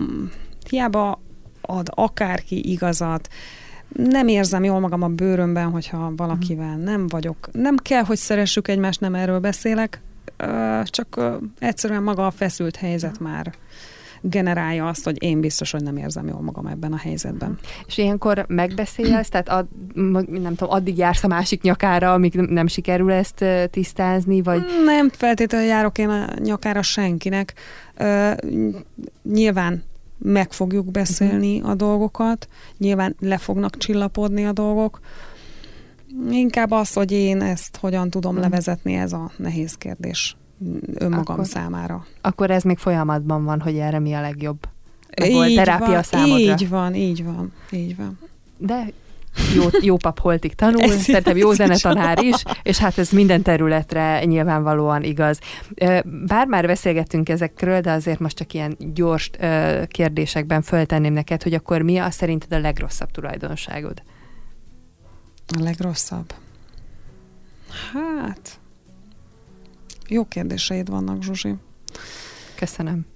ad akárki igazat, nem érzem jól magam a bőrömben, hogyha valakivel nem vagyok. Nem kell, hogy szeressük egymást, nem erről beszélek, csak egyszerűen maga a feszült helyzet már generálja azt, hogy én biztos, hogy nem érzem jól magam ebben a helyzetben. És ilyenkor megbeszélsz, tehát nem tudom, addig jársz a másik nyakára, amíg nem sikerül ezt tisztázni, vagy... Nem feltétlenül járok én a nyakára senkinek. Nyilván meg fogjuk beszélni a dolgokat, nyilván le fognak csillapodni a dolgok. Inkább az, hogy én ezt hogyan tudom levezetni, ez a nehéz kérdés. önmagam számára. Akkor ez még folyamatban van, hogy erre mi a legjobb terápia számodra. Így van. De jó pap holtig tanul, szerintem jó zenetanár is, és hát ez minden területre nyilvánvalóan igaz. Bár már beszélgettünk ezekről, de azért most csak ilyen gyors kérdésekben föltenném neked, hogy akkor mi a szerinted a legrosszabb tulajdonságod? A legrosszabb? Hát... Jó kérdéseid vannak, Zsuzsi. Köszönöm.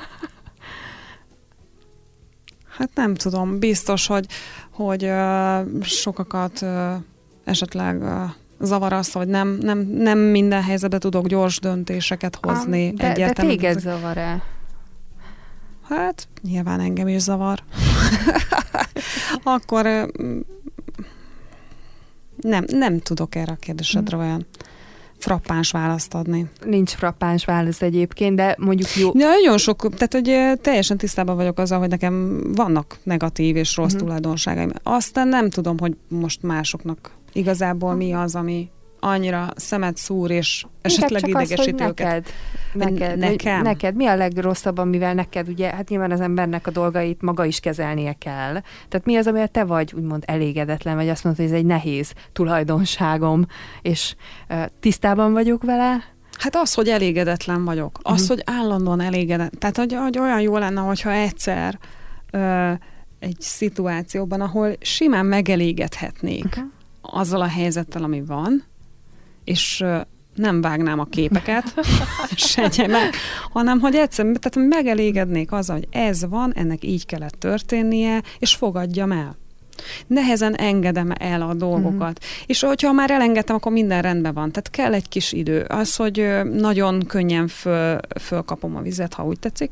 Hát nem tudom, biztos, hogy sokakat esetleg zavar az, hogy nem minden helyzetben tudok gyors döntéseket hozni. De téged zavar-e? Hát, nyilván engem is zavar. Akkor nem tudok erre a kérdésedre olyan frappáns választ adni. Nincs frappáns válasz egyébként, de mondjuk jó... Ja, nagyon sok, tehát hogy teljesen tisztában vagyok azzal, hogy nekem vannak negatív és rossz tulajdonságaim. Aztán nem tudom, hogy most másoknak igazából mi az, ami annyira szemet szúr, és esetleg idegesít őket. Neked mi a legrosszabb, amivel neked, ugye, hát nyilván az embernek a dolgait maga is kezelnie kell. Tehát mi az, amivel te vagy úgymond elégedetlen, vagy azt mondod, hogy ez egy nehéz tulajdonságom, és tisztában vagyok vele? Hát az, hogy elégedetlen vagyok. Az, hogy állandóan elégedetlen. Tehát, hogy olyan jó lenne, hogyha egyszer egy szituációban, ahol simán megelégedhetnék azzal a helyzettel, ami van, és nem vágnám a képeket, senyenek, hanem hogy egyszerűen tehát megelégednék azzal, hogy ez van, ennek így kellett történnie, és fogadjam el. Nehezen engedem el a dolgokat. És hogyha már elengedtem, akkor minden rendben van. Tehát kell egy kis idő. Az, hogy nagyon könnyen fölkapom a vizet, ha úgy tetszik,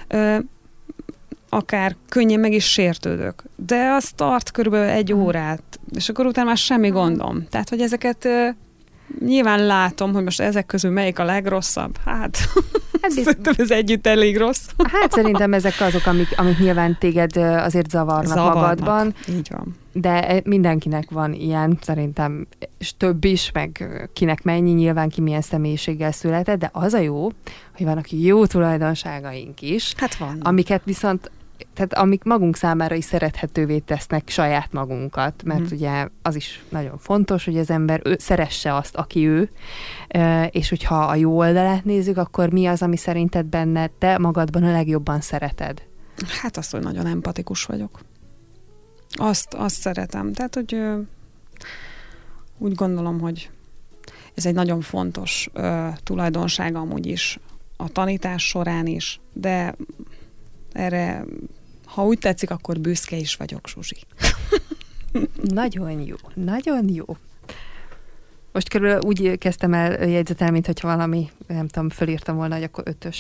akár könnyen meg is sértődök. De az tart körülbelül 1 órát, és akkor utána már semmi gondom. Tehát, hogy ezeket nyilván látom, hogy most ezek közül melyik a legrosszabb. Hát szerintem ez együtt elég rossz. Hát szerintem ezek azok, amik nyilván téged azért zavarnak magadban. Így van. De mindenkinek van ilyen, szerintem, és több is, meg kinek mennyi, nyilván ki milyen személyiséggel született, de az a jó, hogy vannak jó tulajdonságaink is. Hát van. Amiket viszont tehát amik magunk számára is szerethetővé tesznek saját magunkat, mert ugye az is nagyon fontos, hogy az ember szeresse azt, aki ő, és hogyha a jó oldalát nézzük, akkor mi az, ami szerinted benned, te magadban a legjobban szereted? Hát azt, hogy nagyon empatikus vagyok. Azt szeretem. Tehát, hogy úgy gondolom, hogy ez egy nagyon fontos tulajdonság amúgy is, a tanítás során is, de erre, ha úgy tetszik, akkor büszke is vagyok, Zsuzsi. Nagyon jó, nagyon jó. Most körülbelül úgy kezdtem el jegyzetelni, mint hogyha valami, nem tudom, fölírtam volna, hogy akkor 5-ös.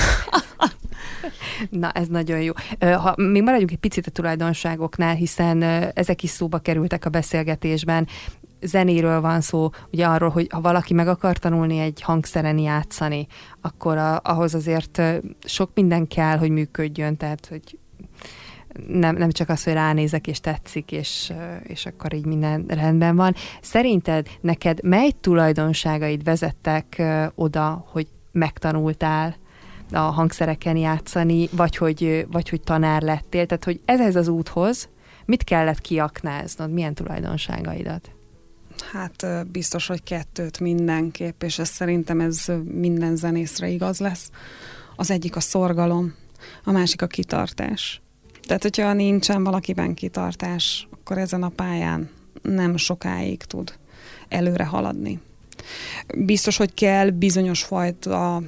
Na, ez nagyon jó. Ha még maradjunk egy picit a tulajdonságoknál, hiszen ezek is szóba kerültek a beszélgetésben. Zenéről van szó, ugye arról, hogy ha valaki meg akar tanulni egy hangszeren játszani, akkor ahhoz azért sok minden kell, hogy működjön, tehát hogy nem csak az, hogy ránézek és tetszik, és akkor így minden rendben van. Szerinted neked mely tulajdonságaid vezettek oda, hogy megtanultál a hangszereken játszani, vagy hogy tanár lettél? Tehát, hogy ez az úthoz mit kellett kiaknáznod? Milyen tulajdonságaidat? Hát biztos, hogy 2 mindenképp, és szerintem ez minden zenészre igaz lesz. Az egyik a szorgalom, a másik a kitartás. Tehát, hogyha nincsen valakiben kitartás, akkor ezen a pályán nem sokáig tud előre haladni. Biztos, hogy kell bizonyos fajta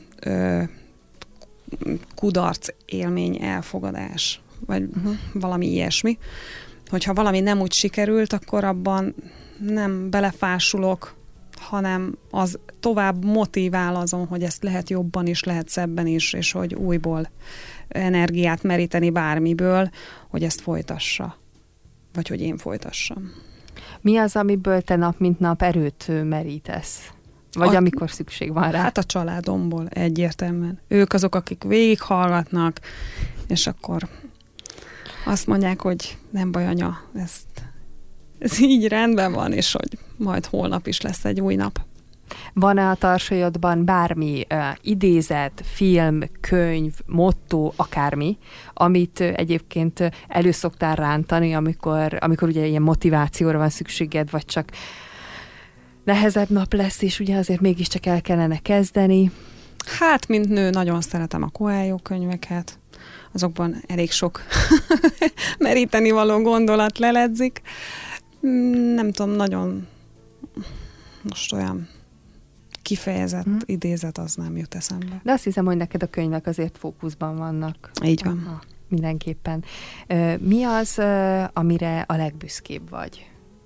kudarc élmény, elfogadás, vagy valami ilyesmi. Hogyha valami nem úgy sikerült, akkor abban nem belefásulok, hanem az tovább motivál azon, hogy ezt lehet jobban is, lehet szebben is, és hogy újból energiát meríteni bármiből, hogy ezt folytassa. Vagy hogy én folytassam. Mi az, amiből te nap mint nap erőt merítesz? Vagy amikor szükség van rá? Hát a családomból egyértelműen. Ők azok, akik végighallgatnak, és akkor azt mondják, hogy nem baj, anya, ez így rendben van, és hogy majd holnap is lesz egy új nap. Van-e a tarsajodban bármi idézet, film, könyv, motto, akármi, amit egyébként elő szoktál rántani, amikor ugye ilyen motivációra van szükséged, vagy csak nehezebb nap lesz, és ugye azért mégiscsak el kellene kezdeni? Hát, mint nő, nagyon szeretem a Coelho könyveket. Azokban elég sok meríteni való gondolat leledzik. Nem tudom, nagyon most olyan kifejezett idézet az nem jut eszembe. De azt hiszem, hogy neked a könyvek azért fókuszban vannak. Így van. Mindenképpen. Mi az, amire a legbüszkébb vagy?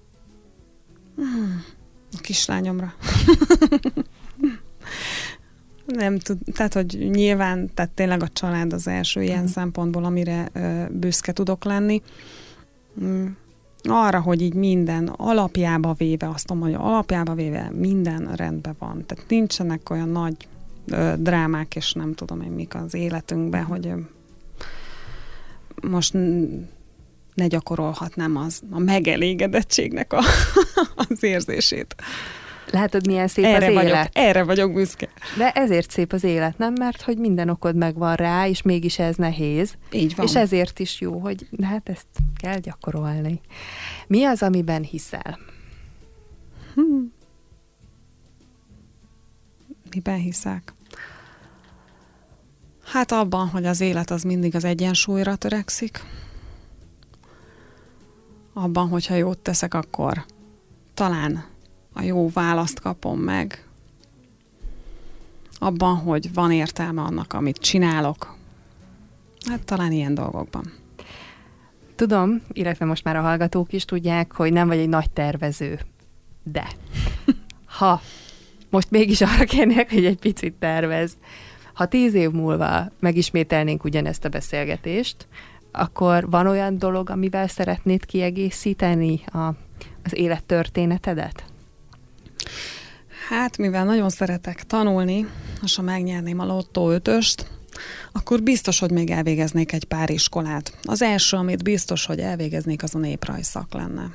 A kislányomra. Nem tud, tehát, hogy nyilván, tehát tényleg a család az első ilyen szempontból, amire büszke tudok lenni. Arra, hogy így minden alapjába véve, azt mondom, hogy alapjába véve minden rendben van. Tehát nincsenek olyan nagy drámák, és nem tudom én mik az életünkben, hogy most ne gyakorolhatnám a megelégedettségnek az érzését. Látod, milyen szép az élet? Erre vagyok büszke. De ezért szép az élet, nem? Mert hogy minden okod megvan rá, és mégis ez nehéz. Így van. És ezért is jó, hogy hát ezt kell gyakorolni. Mi az, amiben hiszel? Miben hiszek? Hát abban, hogy az élet az mindig az egyensúlyra törekszik. Abban, hogyha jót teszek, akkor talán a jó választ kapom meg. Abban, hogy van értelme annak, amit csinálok. Hát talán ilyen dolgokban. Tudom, illetve most már a hallgatók is tudják, hogy nem vagy egy nagy tervező. De ha most mégis arra kérnék, hogy egy picit tervez, ha 10 év múlva megismételnénk ugyanezt a beszélgetést, akkor van olyan dolog, amivel szeretnéd kiegészíteni az élettörténetedet? Hát, mivel nagyon szeretek tanulni, és ha megnyerném a lottó 5-öst, akkor biztos, hogy még elvégeznék egy pár iskolát. Az első, amit biztos, hogy elvégeznék, az a néprajzszak lenne.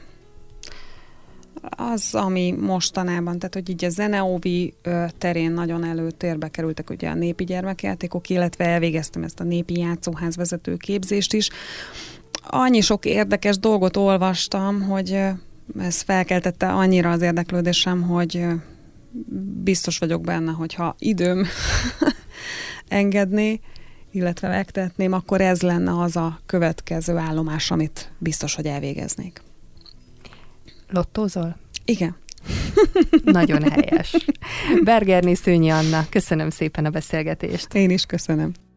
Az, ami mostanában, tehát hogy így a zeneóvi terén nagyon előtérbe kerültek ugye a népi gyermekjátékok, illetve elvégeztem ezt a népi játszóház vezető képzést is. Annyi sok érdekes dolgot olvastam, hogy ez felkeltette annyira az érdeklődésem, hogy biztos vagyok benne, hogyha időm engedné, illetve megtehetném, akkor ez lenne az a következő állomás, amit biztos, hogy elvégeznék. Lottózol? Igen. Nagyon helyes. Bergerné Szőnyi Anna, köszönöm szépen a beszélgetést. Én is köszönöm.